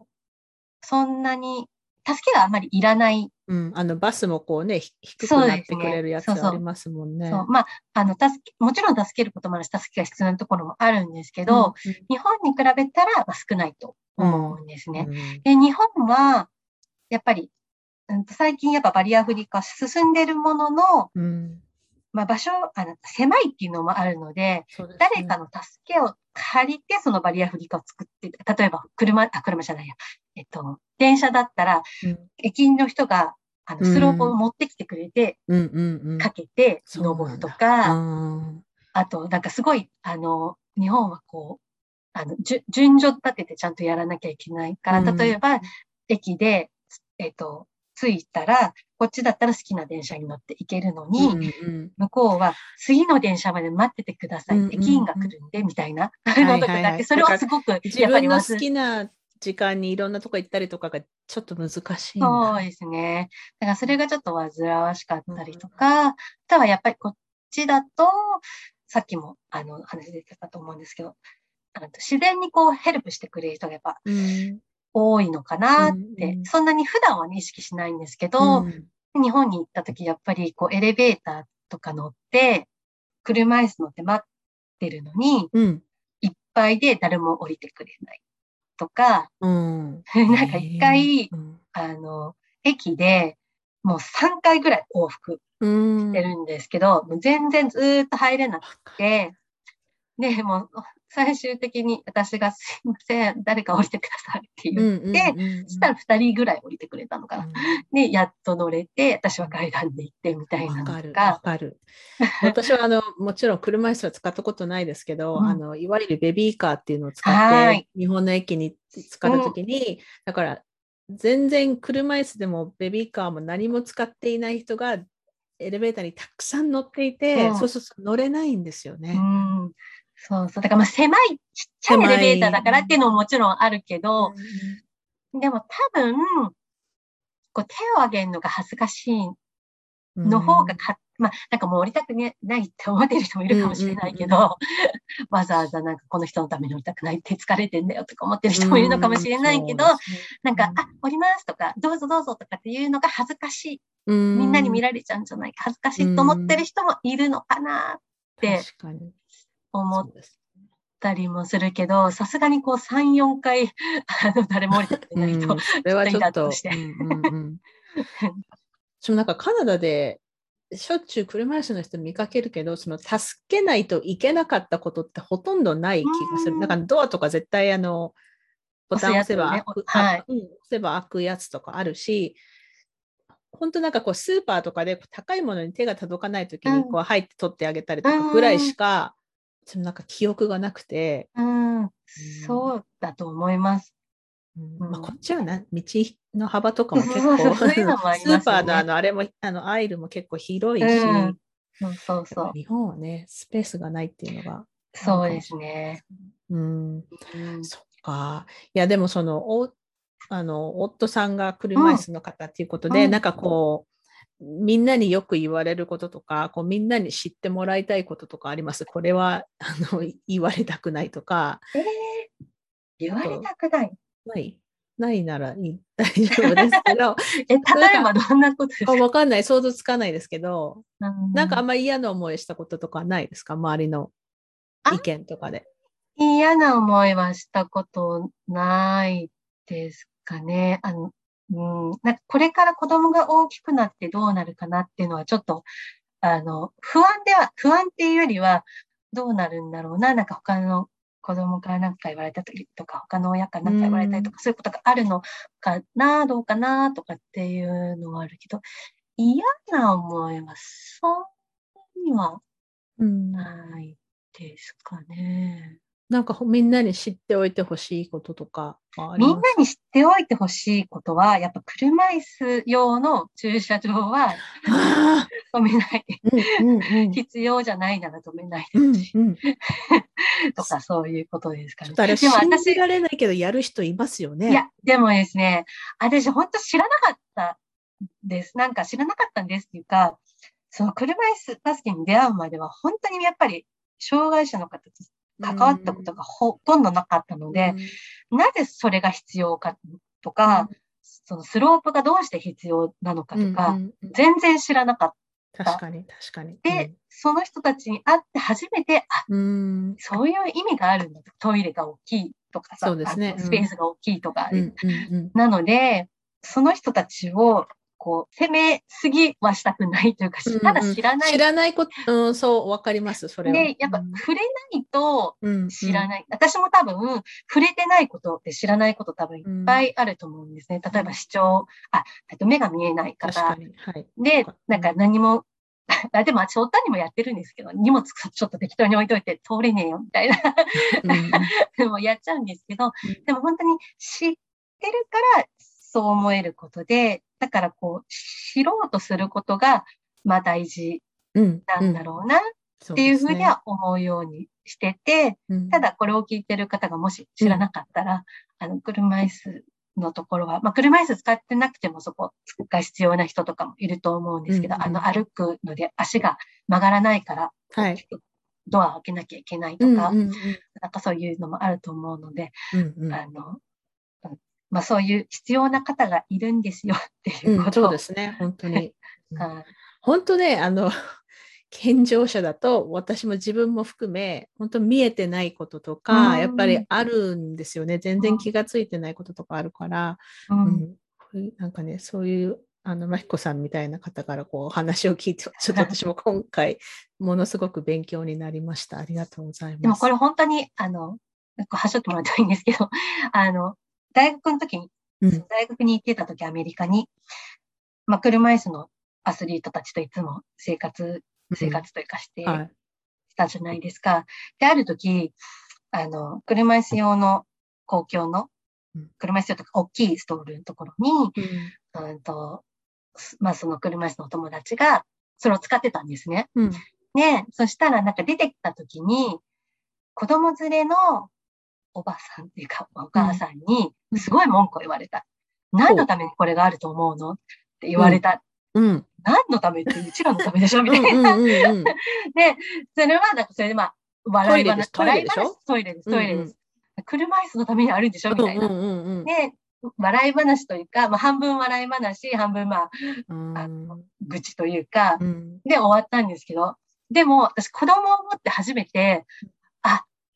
があまりいらない。 バスも低くなってくれるやつありますもんね。 まあ、もちろん助けることもあるし、助けが必要なところもあるんですけど、日本に比べたら少ないと思うんですね。で、日本は、やっぱり、最近やっぱバリアフリー化進んでるものの、まあ、狭いっていうのもあるので、誰かの助けを借りて、そのバリアフリー化を作って、例えば車じゃないや、電車だったら、駅員の人が、スロープを持ってきてくれて、かけて登るとか、あと、なんかすごい、日本は順序立ててちゃんとやらなきゃいけないから、例えば、駅で、着いたら、こっちだったら好きな電車に乗って行けるのに、向こうは次の電車まで待っててください。駅員が来るんで、みたいなのとかがあって、それをすごく、 自分の好きな時間にいろんなとこ行ったりとかがちょっと難しいんだ。 そうですね。だからそれがちょっと煩わしかったりとか、あとはやっぱりこっちだと、さっきも話出てたと思うんですけど、自然にヘルプしてくれる人がやっぱ、多いのかなって、そんなに普段は意識しないんですけど、日本に行った時やっぱりエレベーターとか乗って、車椅子乗って待ってるのに、いっぱいで誰も降りてくれないとか、なんか一回、駅でもう3回ぐらい往復してるんですけど、もう全然ずーっと入れなくて、で、もう最終的に私がすいません、誰か降りてくださいって言って、そしたら2人ぐらい降りてくれたのかな。で、やっと乗れて、私は階段で行ってみたいなのとか。 わかる。私はもちろん車椅子は使ったことないですけど、いわゆるベビーカーっていうのを使って、日本の駅に使った時に、だから全然車椅子でもベビーカーも何も使っていない人がエレベーターにたくさん乗っていて、そう乗れないんですよね。 そうそう。だから狭い、ちっちゃいエレベーターだからっていうのももちろんあるけど、でも多分、手を挙げるのが恥ずかしいの方がなんかもう降りたくないって思ってる人もいるかもしれないけど、わざわざなんかこの人のために降りたくないって疲れてんだよとか思ってる人もいるのかもしれないけど、なんか、降りますとか、どうぞどうぞとかっていうのが恥ずかしい。みんなに見られちゃうんじゃないか、恥ずかしいと思ってる人もいるのかなって思って。 たりもするけど、さすがにこう3、4回、誰も降りてくれないと、 それはちイょっと、 ラッとして。 私もなんかカナダでしょっちゅう車椅子の人見かけるけど、その助けないといけなかったことってほとんどなうい気がする。だーん、 からドアとか絶対ボ押すタン押せやつね。 ば開く、 はい。 押せば開くやつとかあるし、本当なんかこうスーパーとかで高いものに手が届かないときうん、 にこう入って取ってあげたりうとかぐらいん、 しか、そのなんか記憶がなくて、 うん、 うん、 そうだと思います。うん。 まあ、こっちは道の幅とかそうも結構、 そうそう、そういうのもありスーパーのますよね。 あれも、アイルも結構広いうん。 し、 そうそうそう。 やっぱ日本はね、スペースがないっていうのがあるそうでかもしれないですね。 すね。うん、 うん。 そっか。いや、でも夫さんがうん。 車椅子の方っていうことで、なんうん。 かこう、みんなによく言われることとか、こうみんなに知ってもらいたいこととかあります？これは、言われたくないとか、 えー、言われあと、 たくない。 ないなら大丈夫ですけど、 例なんか、 えばどんなことですか？ わかんない、想像つかないですけど、 うん。 なんかあんまり嫌な思いしたこととかないですか？周りのあ、 意見とかで。 嫌な思いはしたことないですかね。なんかこれから子供が大きくなってどうなるかなっていうのはちょっと、不安っていうよりは、どうなるんだろうな。なんか他の子供から何か言われたりとか、他の親からうー何か言われたりとん、 か、そういうことがあるのかな、どうかな、とかっていうのはあるけど、嫌な思いはそんなにはうん。 ないですかね。 なんかみんなに知っておいてほしいこととかはありみんなます？ に知っておいてほしいことは、やっぱ車椅子用の駐車場はああ止めない。 ー、うんうんうん。 必要じゃないなら止めないでうほしい。 んうん。 とかそういうことですかね。 ちょっとあれでも私、 信じられないけどやる人いますよね。 いや、でもですね、私本当知らなかったです。なんか知らなかったんですっていうか、その車椅子バスケに出会うまでは本当にやっぱり障害者の方とう関わったことんがほとんどなかったので、 うんなぜそれが必要かとうんか、そのスロープがどうして必要なのかうんうとか、 んうん。 全然知らなかった。 確かに確かに。うで、 ん。 その人たちに会って初めて、 うんそういう意味があるんだと。トイレが大きいとかさ、 そうですね。 スペースが大きいとか。 うんうんうん。 なので、その人たちを、こう、責めすぎはしたくないというか、ただうんうん、知知らない。 らないこと、そう、わかります、それは。 で、やっぱ触れないとうんうん。 知らない。私も多分、触れてないことって知らないこと多分いっぱうんいあると思うんですね。例えばうん、 視聴、目が見えない方確かに。はい。 で、なんかうん何も、でも、翔太にもやってるんですけど、荷物ちょっと適当に置いといて通れねえよ、みたいなうんでもやっちゃうんですけど、 うんでも本当に知ってるからそう思えることで、だからこう、知ろうとすることが、まあ大事うんなんだうん、 ろうなってそうでいうふうにすね。 は思うようにしてて、たうんだこれを聞いてる方がもし知らうんなかったら、車椅子のところは、まあ車椅子使ってなくてもそこが必要な人とかもいると思うんでうすけど、 んうん、 歩くので足が曲がらないから、大はい。 きくドアを開けなきゃいけないうんうとか、 んうんなんかそういうのもあると思うので、 うんうんあの、まあそういう必要な方がいるんですよっていううん、そうでことを、 すね、本当に。うん、 はい。 本当ね、健常者だと、私も自分も含め、本当見えてないこととうか、やっぱりん、 あるんですよね。全然気がついてないこととかあるから、 うん、 うん、なんかね、そういう、まひこさんみたいな方からこう話を聞いて、ちょっと私も今回、ものすごく勉強になりました。ありがとうございでもこれます。 本当に、はしょってもらうといいんですけど、あの、大学の時に、 うん、 大学に行ってた時アメリカに、まあ、車椅子のアスリートたちといつもうん、 生活というかしてはい。 たじゃないですか。で、ある時、車椅子用の公共の、 うん、 車椅子用とか大きいストールのところに、 うん、 うんと、まあ、その車椅子のお友達が、それを使ってたんですね。 うん、 で、そしたらなんか出てきた時に、子供連れのおばさんっていうか、お母うん、 さんに、 うん、 すごい文句を言われた。何のほためにこれがあると思うのって言う、うん、 われた。 うん、 何のためって、うちらのためでしょみたいな。 うん、うん、うん、うん。 で、それは、なんかそれでまあ、 トイレでしょ？ トイレです、 うん、 トイレうん、 です。車椅子のためにあるんでしょみたいな。 うん、うん、 で、笑い話というか、まあ、半分笑い話、半分まあ、 うん、うん、 愚痴というか、 うん、 で終わったんですけど、でも、私子供を持って初めて、あ、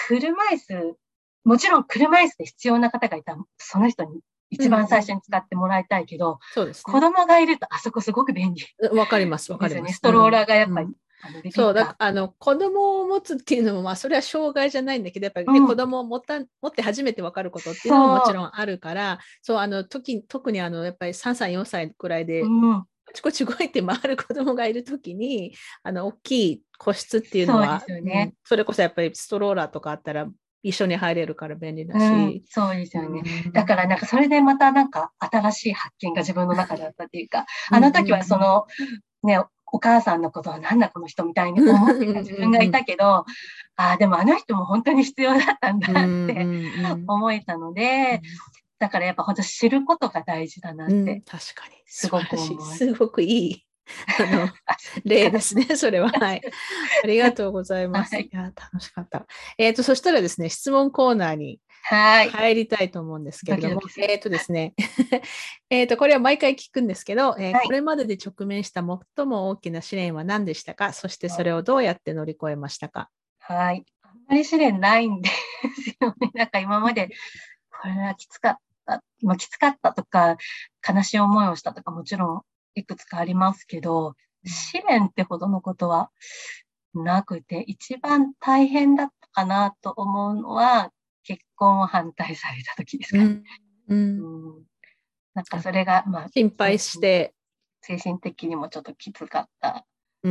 車椅子、もちろん車椅子で必要な方がいたら、その人に一番最初に使ってもらいたいけど、 そうです子ね。 供がいるとあそこすごく便利わかります、わかですよね。 ります。 ストローラーがやっぱり、 うん。 ビビそう、だった。 から子供を持つっていうのも、まあ、それは障害じゃないんだけど、やっぱりね、 うん。 子供を持って初めて分かることっていうのももちそう。 ろんあるから、そう、特にやっぱり3歳、4歳くらいで、 うん。 あちこち動いて回る子供がいるときに、大きい個室っていうのそうでは、 すよね。 それこそやっぱりストローラーとかあったら、一緒に入れるから便利だうん。 し、 そうですうよね。だん、 からなんかそれでまたなんか新しい発見が自分の中であったっていうか、 うん、うあの時はそん、 の、ね、お母さんのことはなんだこの人みたいにうん、 思ってた自分がいうん、 たけど、ああ、でもあの人も本当に必要だったんだうん、 ってうん、 思えたので、だからやっぱ本当知ることが大事だなっうん、 て確かに、 すご素晴らしい。 く思い。 すごくいい、あの、例ですね、それは。はい。ありがとうございます。いはい。 や、楽しかった。そしたらですね、質問コーナーにはい。 入りたいと思うんですけドキれども、 ドキする。 ですね、これは毎回聞くんですけど、 はい。 これまでで直面した最も大きな試練は何でしたか？そしてそれをどうやって乗り越えましたか？ はい。あんまり試練ないんですよね。なんか今まで、これはきつかった、まあ、きつかったとか、悲しい思いをしたとか、もちろんいくつかありますけど、試練ってほどのことはなくて、一番大変だったかなと思うのは、結婚を反対された時ですかね。 うん、うん、 うん、なんかそれが、まあ、 心配して、 精神的にもちょっときつかったうん、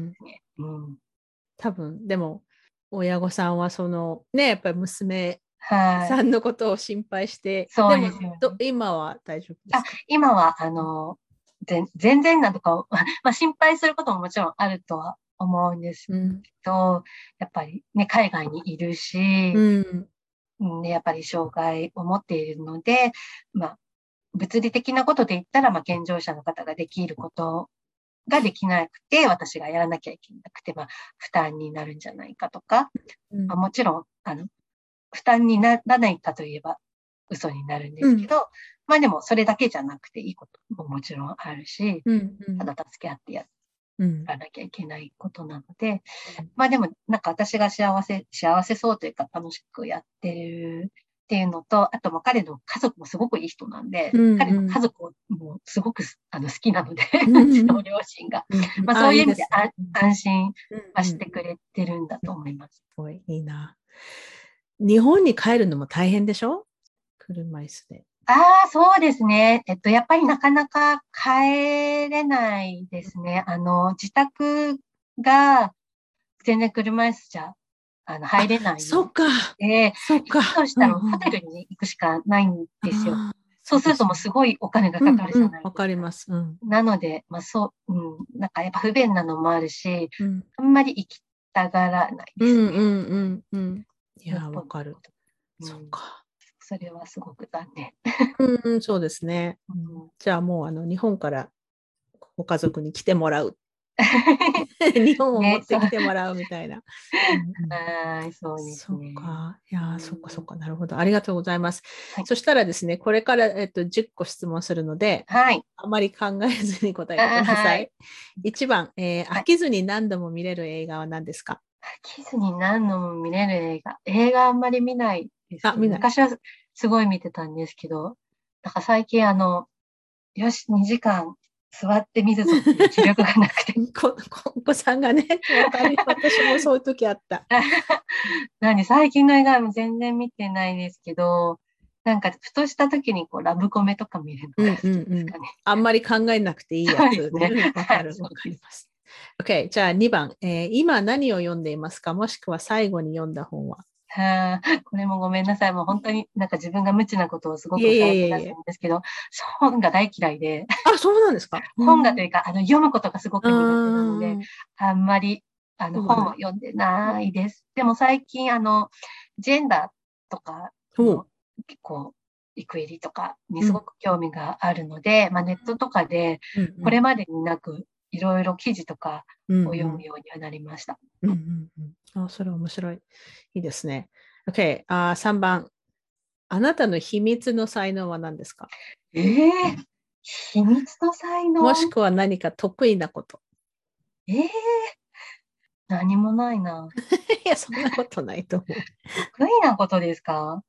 ですね。うん。 多分、でも、親御さんはその、ね、やっぱり娘はい。 さんのことを心配して、でも、 そうですよね。 今は大丈夫ですか？ 今は、全然なんとか、まあ、心配することももちろんあるとは思うんですうん、 けど、やっぱりね、海外にいるうし、 ん、 ね、やっぱり障害を持っているので、まあ、物理的なことで言ったら、まあ、健常者の方ができることができなくて、私がやらなきゃいけなくて、まあ、負担になるんじゃないかとか、まあ、 うん、 もちろん、負担にならないかといえば嘘になるんでうん、 すけど、まあでもそれだけじゃなくていいことももちろんあるし、 うん、うん、 ただ助け合ってやうん、 らなきゃいけないことなので、まあでもなんか私が幸せそうというか楽しくやってるっていうのと、あとも彼の家族もすごくいい人なんで、 うん、 彼の家うん、 族をもうすごく好きなので、 ううちのん、 両親が。 うん、 まああ、 そういう意味でいいですね。 安心うん、 はうん、 してくれてるんだうん、すと思います。 ごいいいな。日本に帰るのも大変でしょ？車椅子で。 ああ、そうですね。やっぱりなかなか帰れないですね。自宅が全然車椅子じゃ、入あ、 れないのそっか、 で、 そっか。 行くとしうん、 たらホうん。 テルに行くしかないんですよ。 ああ、 そうするともうそうですね。 すごいお金がうん、 かかるじゃうん、わないですか。 かります。うん、 なので、まあなんかやっぱ不便なのもあるし、 うん、 あんまり行きたがらないうん、 ですね。 うん、うん、うん。いやー、 よっぽど。 わかる。 うん。 そっか。 それはすごく残念。 うん、うん、そうですね。うん、 うん。 じゃあもう、日本からご家族に来てもらう。日本を持ね、そう。 ってきてもらうみたいな。うんうん、 はい、そうですそっね。 か。いやー、そっかそっうん、 か。なるほど。ありがとうございます。 はい。 そしたらですね、これから、10個質問するので、 はい。 あまり考えずに答えてください。 はい。 1番、 はい。 飽きずに何度も見れる映画は何ですか？ 飽きずに何度も見れる映画あんまり見ないですあ、 ね。 見ない。 昔はすごい見てたんですけど、なんか最近よし、2時間座って見るぞっていう気力がなくて。 お子さんがね、わかる。私もそういう時あった。 最近の映画も全然見てないですけど、なんかふとした時にこうラブコメとか見るのうんうが好きんうん。 ですかね。 あんまり考えなくていいやつね。 そうですね。 うん、わはい、 かる、わそうです。 かります。OK。じゃあ2番、今何を読んでいますか？もしくは最後に読んだ本は？ これもごめんなさい。もう本当になんか自分が無知なことをすごくいえいさらけ出すえいえいえ。 んですけど、本が大嫌いで、 あ、そうなんですか？うん。 本がというか、読むことがすごうく苦手なので、 ーん。 あんまり、本を読まない。 読んでないです。でも最近、ジェンダーとかおう。 の、結構、イクイリとかにうん。 すごく興味があるので、まあ、ネットとかで、 うんうん。 これまでになく、いろいろ記事とかうんを読むうん。 ようにはなりました。 うんうんうん。あ、それは面白い。いいですね。OK。3番。あなたの秘密の才能は何ですか？ ええ、秘密の才能。 もしくは何か得意なこと。 ええ、何もないな。 や、そんなことないと思う。 得意なことですか？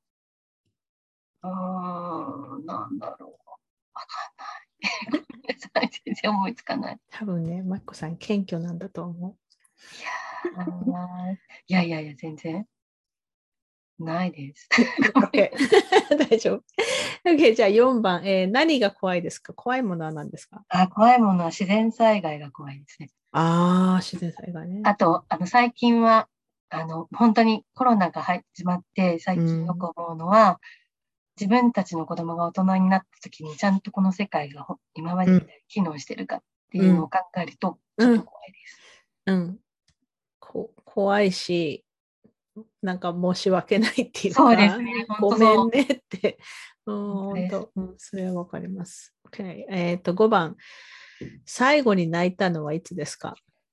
なんだろう。わかんない。ごめんなさい。全然思いつかない。 多分ね、マッコさん謙虚なんだと思いやー、いやいやいや、全然ないです。 う。OK。大丈夫。OK、じゃあ4番、何が怖いですか？怖いものは何ですか？ 怖いものは自然災害が怖いですね。 ああ、自然災害ね。 あと、最近は、本当にコロナが始まって、最近よく思うのは、自分たちの子供が大人になった時に、ちゃんとこの世界が今までみたいに機能してるかっていうのを考えると、ちょっと怖いです。 うん。怖いし、なんか申し訳ないっていうか、 そうですね。本ご当そう。 めんねって、 本当です。 本当、それはわかります。OK。5番、最後に泣いたのはいつですか？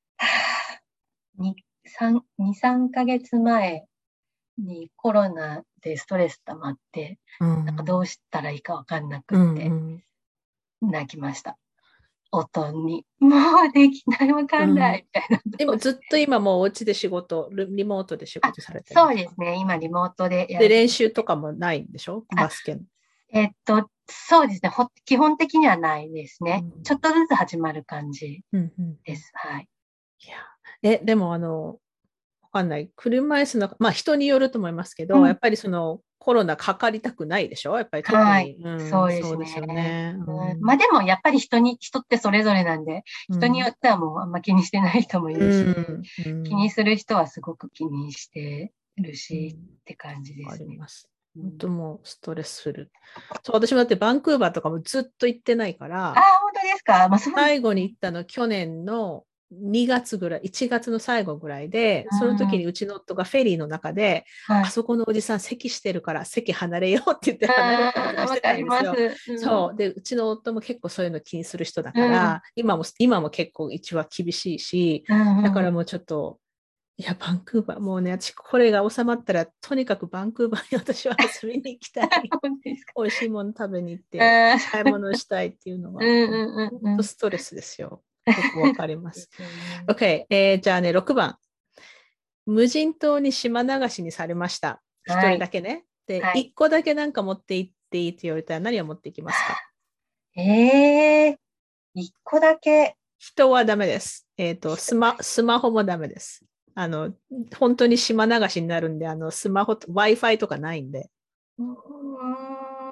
2、3ヶ月前にコロナでストレス溜まって、 うなんかどうんしたらいいかわかんなくうって、 ん泣きました。夫に、もうできない、わかんうん。 ない、みたいな。 ずっと今もうお家で仕事、リモートで仕事されてるんですか？ そうですね。今、リモートでやで、 らせ練ていただいて。 習とかもないんでしょ？バスケの。 そうですね。基本的にはないですね。 うんちょっとずつ始まる感じうんうんうん。 です。はい。 いや、でもわかんない。車椅子の、まあ人によると思いますけど、やうん。 っぱりそのコロナかかりたくないでしょ？やっぱり特はい。 に。うん、 そうですね。 そうですよね。うまあん。 でも、やっぱり人ってそれぞれなんで、人にようん。 ってはもうあんま気にしてない人もいうるし、 ん。うん。 気にする人はすごく気にしてるし、 うん。 って感じでわかすね。 ります。本うん、 当もうストレスフル。そう、私もだってバンクーバーとかもずっと行ってないかああ、 ら、 本当ですか？まあそうです最後にね。 行ったの去年の2月ぐらい、1月の最後ぐらいで、その時にうん。 うちの夫がフェリーの中で、 はい。 あそこのおじさん席してるから席離れようって言って離れたりとああ、わかしてかります。 たんですよ。 うん。 そう。で、うちの夫も結構そういうの気にする人だうん。 から、今も結構一応厳しいし、 うんうん。 だからもうちょっと、いや、バンクーバー、もうね、私これが収まったら、とにかくバンクーバーに私は遊びに行きたい。 本当ですか？ 美味しいもの食べに行って、 あ買いー物したいっていうのうんは、 うんうんうん。 ストレスですよ。よくわかりまです。 すよね。 OK、じゃあね、6番。無人島に島流しにされました。一人はい。 だけね。で、 はい。 一個だけなんか持って行っていいって言われたら何を持っていきますか？ ええ、一個だけ。 人はダメです。 一スマホもダメです。あの、本当に島流しになるんで、スマホ、Wi-Fi とかないんで。 うー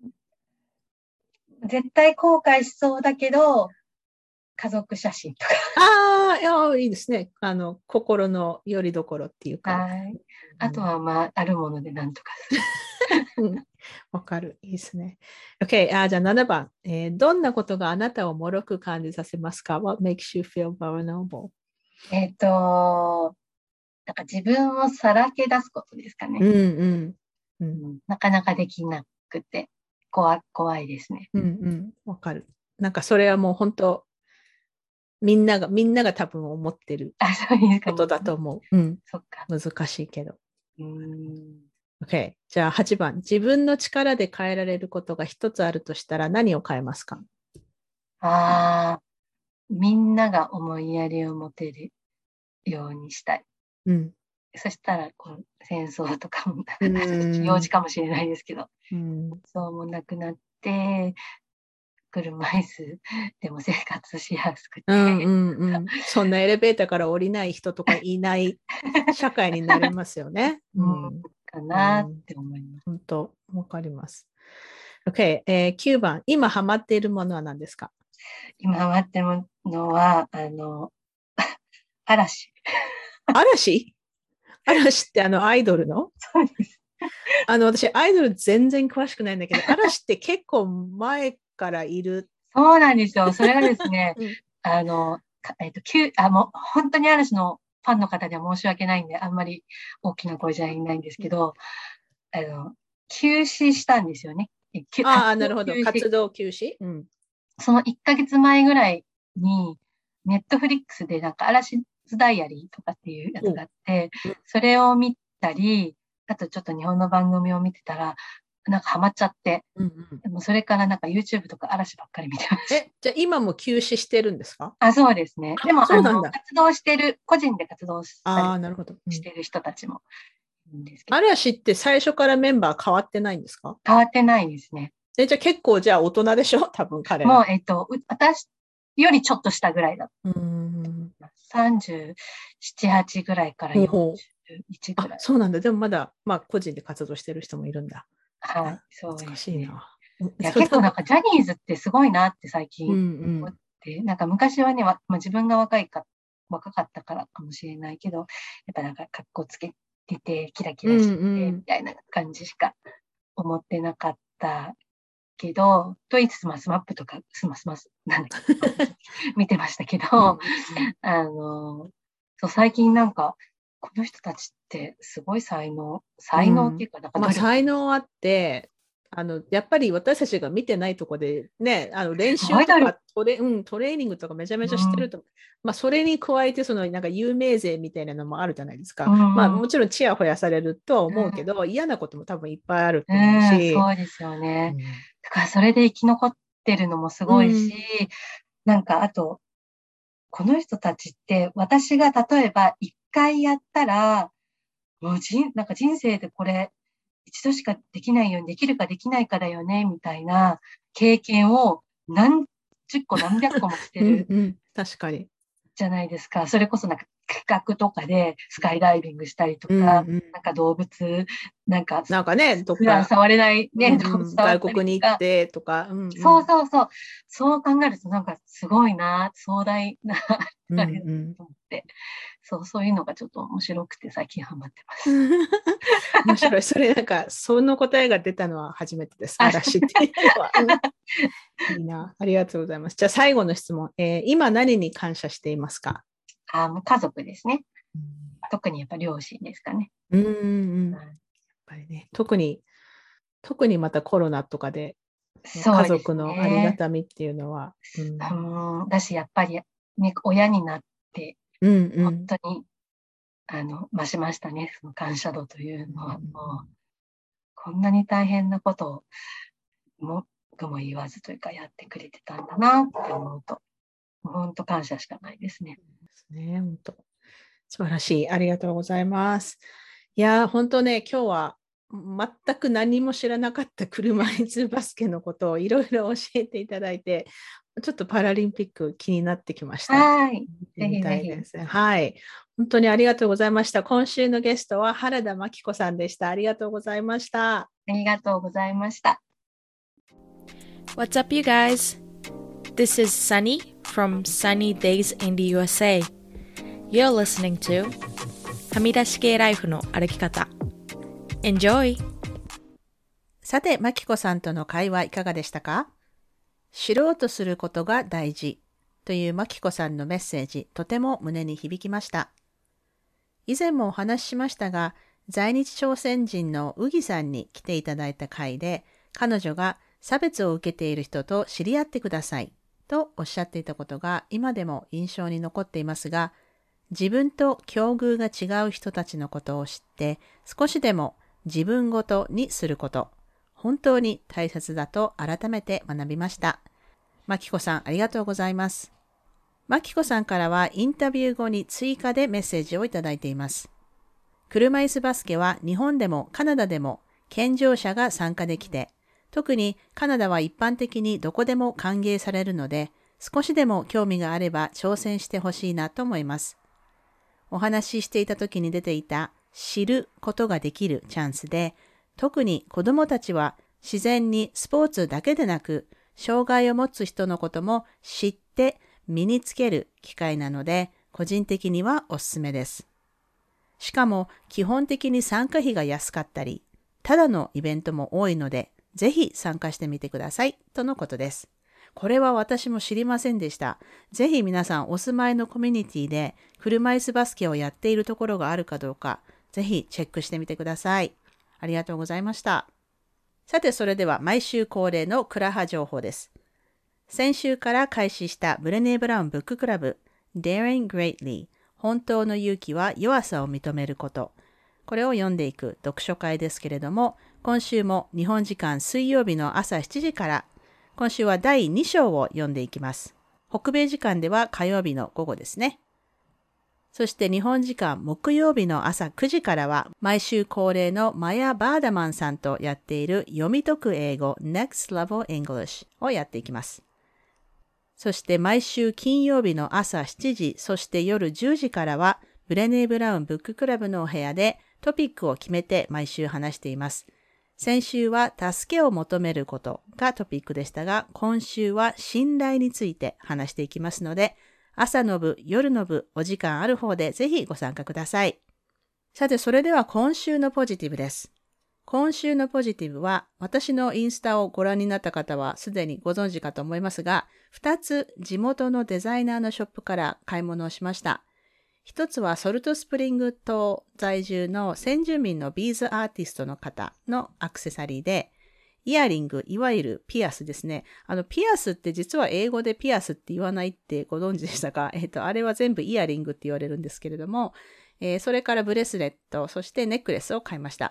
絶対後悔しそうだけど、家族写真とか。 ああ、いいですね。心の拠り所っていうか。 はい。あとうんは、まあ、あるものでなんとかする。 うんわかる。いいですね。OK。じゃあ7番、どんなことがあなたを脆く感じさせますか？ ?What makes you feel vulnerable? えっと、なんか自分をさらけ出すことですかね。 うんうんうん。 なかなかできなくて、怖いですね。 うんうん。わかる。なんかそれはもう本当、みんなが多分思ってるあ、そうですか。 ことだと思う。うん。 そっか。 難しいけど。 うーん。 OK。じゃあ8番。自分の力で変えられることが一つあるとしたら何を変えますか？ ああ、みんなが思いやりを持てるようにしたい。 うん。 そしたら、戦争とかも、 うーん。 幼児かもしれないですけど、 うん。 そうもなくなって、車椅子でも生活しやすくて、 うんうんうん。そんなエレベーターから降りない人とかいない社会になりますよね。ううん、 ん。 かうん。 なって思います。 本当、わかります。OK、9番。今ハマっているものは何ですか？ 今ハマってるのは、嵐。 嵐嵐ってアイドルのそうです。 私、アイドル全然詳しくないんだけど、嵐って結構前からいる。 そうなんですよ。それがですね、 うん。 あの、かえっと、きゅあ、もう、本当に嵐のファンの方には申し訳ないんで、あんまり大きな声じゃいないんですけど、あの、休止したんですよね。活ああ、なるほど。 動休止。 活動休止。うん。 その1ヶ月前ぐらいに、ネットフリックスでなんか嵐ダイアリーとかっていうやつおうがあって、 うんそれを見たり、あとちょっと日本の番組を見てたら、 なんかハマっちゃって、 うんうん。 でもそれからなんか YouTube とか嵐ばっかり見てました。 じゃあ今も休止してるんですか？ あ、そうですね。でも、 そうなんだ。 活動してる、個人で活動されなるほど。 してる人たちもいるんですけど、 嵐って最初からメンバー変わってないんですか？ 変わってないですね。 じゃあ結構じゃあ大人でしょ多分彼もう、 ら。 私よりちょっと下ぐらいだ。 うん。 37、8ぐらいからほうほう。 41ぐらい。 そうなんだ。でもまだ、個人で活動してる人もいるんだ。 はい、そう懐かですね。 しいな。 いや、結構なんかジャニーズってすごいなって最うん近思っうん。 て、なんか昔はね、自分が若かったからかもしれないけど、やっぱなんか格好つけてて、キラキうんラしてて、みうん。 たいな感じしか思ってなかったけど、と言いつつ、スマップとか、なんだっけ、見てましたけど、 うんうんそう、最近なんか、この人たちってすごい才能っていうか、なんか努力才能あって、やっぱり私たちが見てないとこでね、練すごい努力。 習とかトレーニングとかめちゃめちゃしてるうん、 と、それに加えて、なんか有名税みたいなのもあるじゃないですか。 うん、うん、 もちろんチヤホヤされるとは思うけうんど、嫌なことも多分いっぱいあると思ううん、 し、 そうですよね。 うん。 だからそれで生き残ってるのもすうごいし、 ん。 なんかあと、この人たちって私が例えば一回やったら、もうなんか人生でこれ一度しかできないようにできるかできないかだよね、みたいな経験を何十個何百個もしてるうんうん。確かに。 じゃないですか。それこそなんか企画とかでスカイダイビングしたりとうんか、 うん。 なんか動物、なんかなんかね、どっ普段か、 触れないね、動物触った外国に行っりとか、 てとか、うんうそうん。 そうそう。そう考えるとなんかすごいな、壮大な、 うんあれだなうん。 と思って。そういうのがちょっと面白くて最近ハマってます。 面白い。それなんか、その答えが出たのは初めてです。 あ、 嵐っていうのは。いいな。ありがとうございます。じゃあ最後の質問。今何に感謝していますか？ もう家族ですね。 う特にやっぱ両親ですかね。 んうん。やっうん、 ぱりね、特にまたコロナとかで、ね、家そうです族のありがね。 たみっていうのは、 だし、やっぱり、ね、親になって、 うんう本ん。 当に、増しましたね。その感謝度というのは。もう、こんなに大変なことを、もくも言わずというか、やってくれてたんだなって思うと、本当感謝しかないですね。 ですね、本当。素晴らしい。ありがとうございます。いやー、本当ね、今日は全く何も知らなかった車椅子バスケのことをいろいろ教えていただいて、ちょっとパラリンピック気になってきました。 はい。 見てぜみひぜひ。 たいですね。はい。本当にありがとうございました。今週のゲストは原田真紀子さんでした。ありがとうございました。 ありがとうございました。 What's up, you guys? This is Sunny from Sunny Days in the USA. You're listening to はみ出し系ライフの歩き方。Enjoy! さて、真紀子さんとの会話いかがでしたか？知ろうとすることが大事という真紀子さんのメッセージ、とても胸に響きました。以前もお話ししましたが、在日朝鮮人のウギさんに来ていただいた回で、彼女が差別を受けている人と知り合ってくださいとおっしゃっていたことが今でも印象に残っていますが、自分と境遇が違う人たちのことを知って少しでも自分ごとにすること、本当に大切だと改めて学びました。真紀子さんありがとうございます。真紀子さんからはインタビュー後に追加でメッセージをいただいています。車椅子バスケは日本でもカナダでも健常者が参加できて、特にカナダは一般的にどこでも歓迎されるので、少しでも興味があれば挑戦してほしいなと思います。お話ししていた時に出ていた知ることができるチャンスで、特に子どもたちは自然にスポーツだけでなく、障害を持つ人のことも知って身につける機会なので、個人的にはおすすめです。しかも基本的に参加費が安かったり、ただのイベントも多いので、ぜひ参加してみてくださいとのことです。これは私も知りませんでした。ぜひ皆さんお住まいのコミュニティで車椅子バスケをやっているところがあるかどうか、ぜひチェックしてみてください。ありがとうございました。さてそれでは毎週恒例のクラハ情報です。先週から開始したブレネー・ブラウンブッククラブ Daring Greatly 本当の勇気は弱さを認めること。 これを読んでいく読書会ですけれども、今週も日本時間水曜日の朝7時から、今週は第2章を読んでいきます。北米時間では火曜日の午後ですね。そして日本時間木曜日の朝9時からは、毎週恒例のマヤ・バーダマンさんとやっている読み解く英語 Next Level English をやっていきます。そして毎週金曜日の朝7時、そして夜10時からは、ブレネー・ブラウンブッククラブのお部屋でトピックを決めて毎週話しています。先週は助けを求めることがトピックでしたが、今週は信頼について話していきますので、朝の部、夜の部、お時間ある方でぜひご参加ください。さて、それでは今週のポジティブです。今週のポジティブは、私のインスタをご覧になった方はすでにご存知かと思いますが、2つ地元のデザイナーのショップから買い物をしました。一つはソルトスプリング島在住の先住民のビーズアーティストの方のアクセサリーで、イヤリング、いわゆるピアスですね。ピアスって実は英語でピアスって言わないってご存知でしたか？あれは全部イヤリングって言われるんですけれども、それからブレスレット、そしてネックレスを買いました。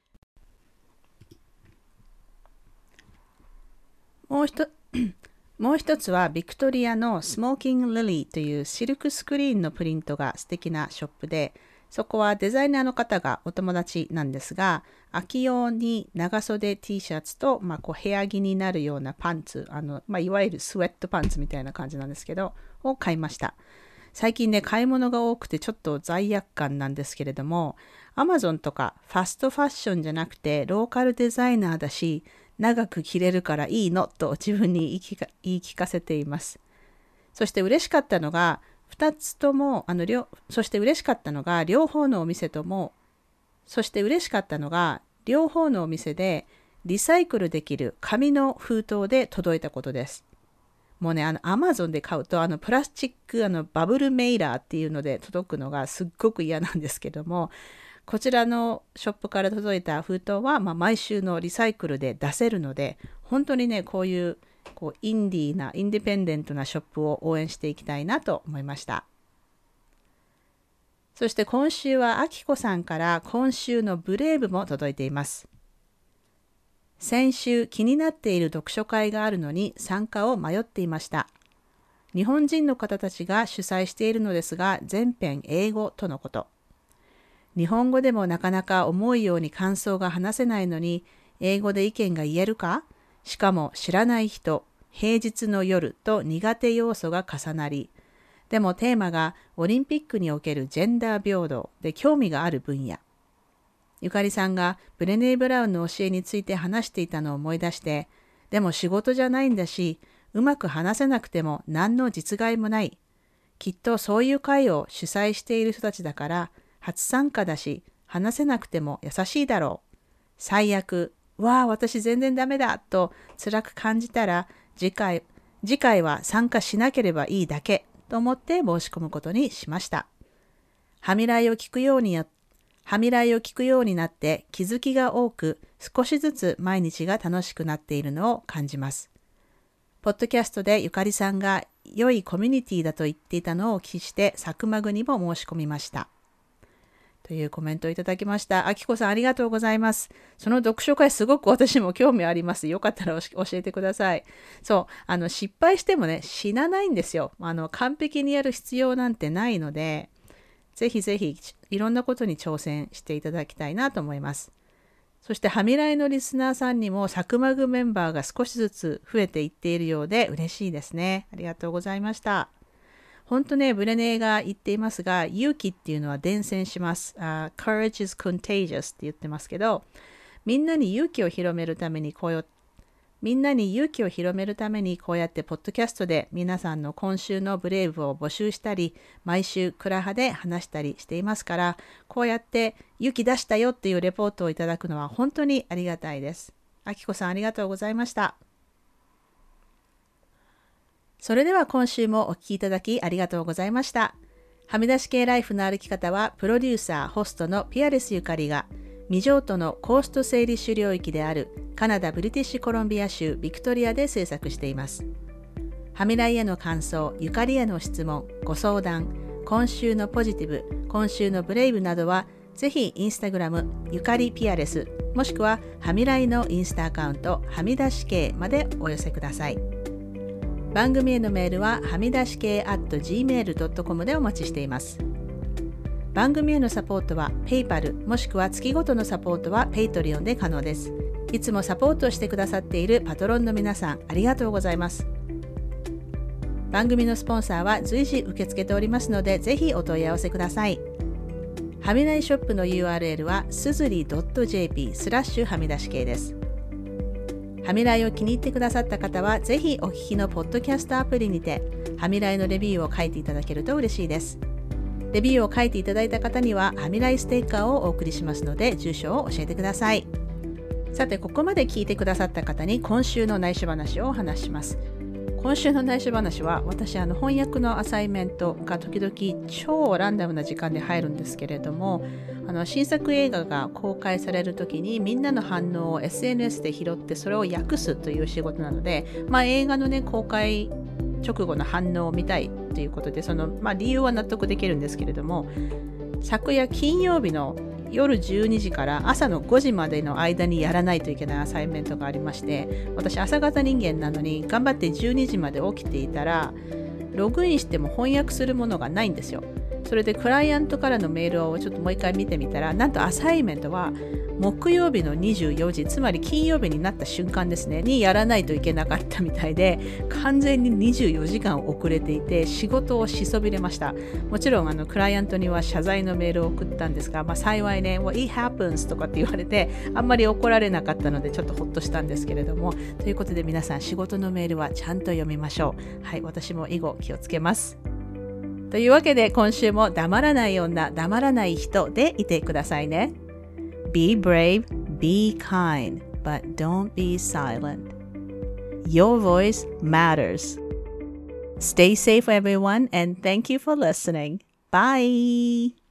もう一つはビクトリアのスモーキング・リリーというシルクスクリーンのプリントが素敵なショップで、そこはデザイナーの方がお友達なんですが、秋用に長袖 T シャツと、部屋着になるようなパンツ、いわゆるスウェットパンツみたいな感じなんですけど、を買いました。最近ね、買い物が多くてちょっと罪悪感なんですけれども、Amazon とかファストファッションじゃなくてローカルデザイナーだし、長く着れるからいいのと自分に言い聞かせています。そして嬉しかったのが、2つとも、そして嬉しかったのが、両方のお店でリサイクルできる紙の封筒で届いたことです。もうね、Amazon で買うと、プラスチック、バブルメイラーっていうので届くのがすっごく嫌なんですけども、こちらのショップから届いた封筒は、毎週のリサイクルで出せるので、本当にね、こういうインディペンデントなショップを応援していきたいなと思いました。そして今週はあきこさんから今週のブレイブも届いています。先週気になっている読書会があるのに参加を迷っていました。日本人の方たちが主催しているのですが、全編英語とのこと。日本語でもなかなか思うように感想が話せないのに、英語で意見が言えるか？しかも知らない人、平日の夜と苦手要素が重なり、でもテーマがオリンピックにおけるジェンダー平等で興味がある分野。ゆかりさんがブレネー・ブラウンの教えについて話していたのを思い出して、でも仕事じゃないんだし、うまく話せなくても何の実害もない。きっとそういう会を主催している人たちだから、初参加だし、話せなくても優しいだろう。最悪、わあ、私全然ダメだと辛く感じたら、次回は参加しなければいいだけと思って申し込むことにしました。はみらいを聞くようになって気づきが多く、少しずつ毎日が楽しくなっているのを感じます。ポッドキャストでゆかりさんが良いコミュニティだと言っていたのをお聞きして、サクマグにも申し込みました。というコメントをいただきました。あきこさんありがとうございます。その読書会すごく私も興味あります。よかったら教えてください。そう、失敗してもね、死なないんですよ。完璧にやる必要なんてないので、ぜひぜひいろんなことに挑戦していただきたいなと思います。そしてはみらいのリスナーさんにもサクマグメンバーが少しずつ増えていっているようで嬉しいですね。ありがとうございました。本当ね、ブレネーが言っていますが、勇気っていうのは伝染します。Courage is contagious って言ってますけど、みんなに勇気を広めるためにこうやってポッドキャストで皆さんの今週のブレイブを募集したり、毎週クラハで話したりしていますから、こうやって勇気出したよっていうレポートをいただくのは本当にありがたいです。あきこさんありがとうございました。それでは今週もお聞きいただきありがとうございました。はみ出し系ライフの歩き方は、プロデューサー、ホストのピアレスゆかりが、未譲渡のコースト整理種領域であるカナダ・ブリティッシュコロンビア州ビクトリアで制作しています。はみらいへの感想、ゆかりへの質問、ご相談、今週のポジティブ、今週のブレイブなどは、 ぜひインスタグラムゆかりピアレスもしくははみらいのインスタアカウントはみ出し系までお寄せください。番組へのメールははみ出し系 @gmail.com でお待ちしています。番組へのサポートは PayPal もしくは月ごとのサポートは Patreon で可能です。いつもサポートをしてくださっているパトロンの皆さんありがとうございます。番組のスポンサーは随時受け付けておりますのでぜひお問い合わせください。はみらいショップの URL はすずり .jp/はみ出し系です。はみらいを気に入ってくださった方はぜひお聞きのポッドキャストアプリにてはみらいのレビューを書いていただけると嬉しいです。レビューを書いていただいた方にははみらいステッカーをお送りしますので住所を教えてください。さてここまで聞いてくださった方に今週の内緒話をお話しします。今週の内緒話は私翻訳のアサイメントが時々超ランダムな時間で入るんですけれども新作映画が公開される時にみんなの反応を SNS で拾ってそれを訳すという仕事なので、映画のね公開直後の反応を見たいということで理由は納得できるんですけれども、昨夜金曜日の夜12時から朝の5時までの間にやらないといけないアサイメントがありまして、私朝方人間なのに頑張って12時まで起きていたらログインしても翻訳するものがないんですよ。それでクライアントからのメールをちょっともう一回見てみたら、なんとアサイメントは木曜日の24時、つまり金曜日になった瞬間ですねにやらないといけなかったみたいで、完全に24時間遅れていて仕事をしそびれました。もちろんクライアントには謝罪のメールを送ったんですが、幸いね、It happens とかって言われてあんまり怒られなかったのでちょっとほっとしたんですけれども、ということで皆さん仕事のメールはちゃんと読みましょう。はい、私も以後気をつけます。というわけで今週も黙らない女、黙らない人でいてくださいね。Be brave, be kind, but don't be silent. Your voice matters. Stay safe everyone and thank you for listening. Bye!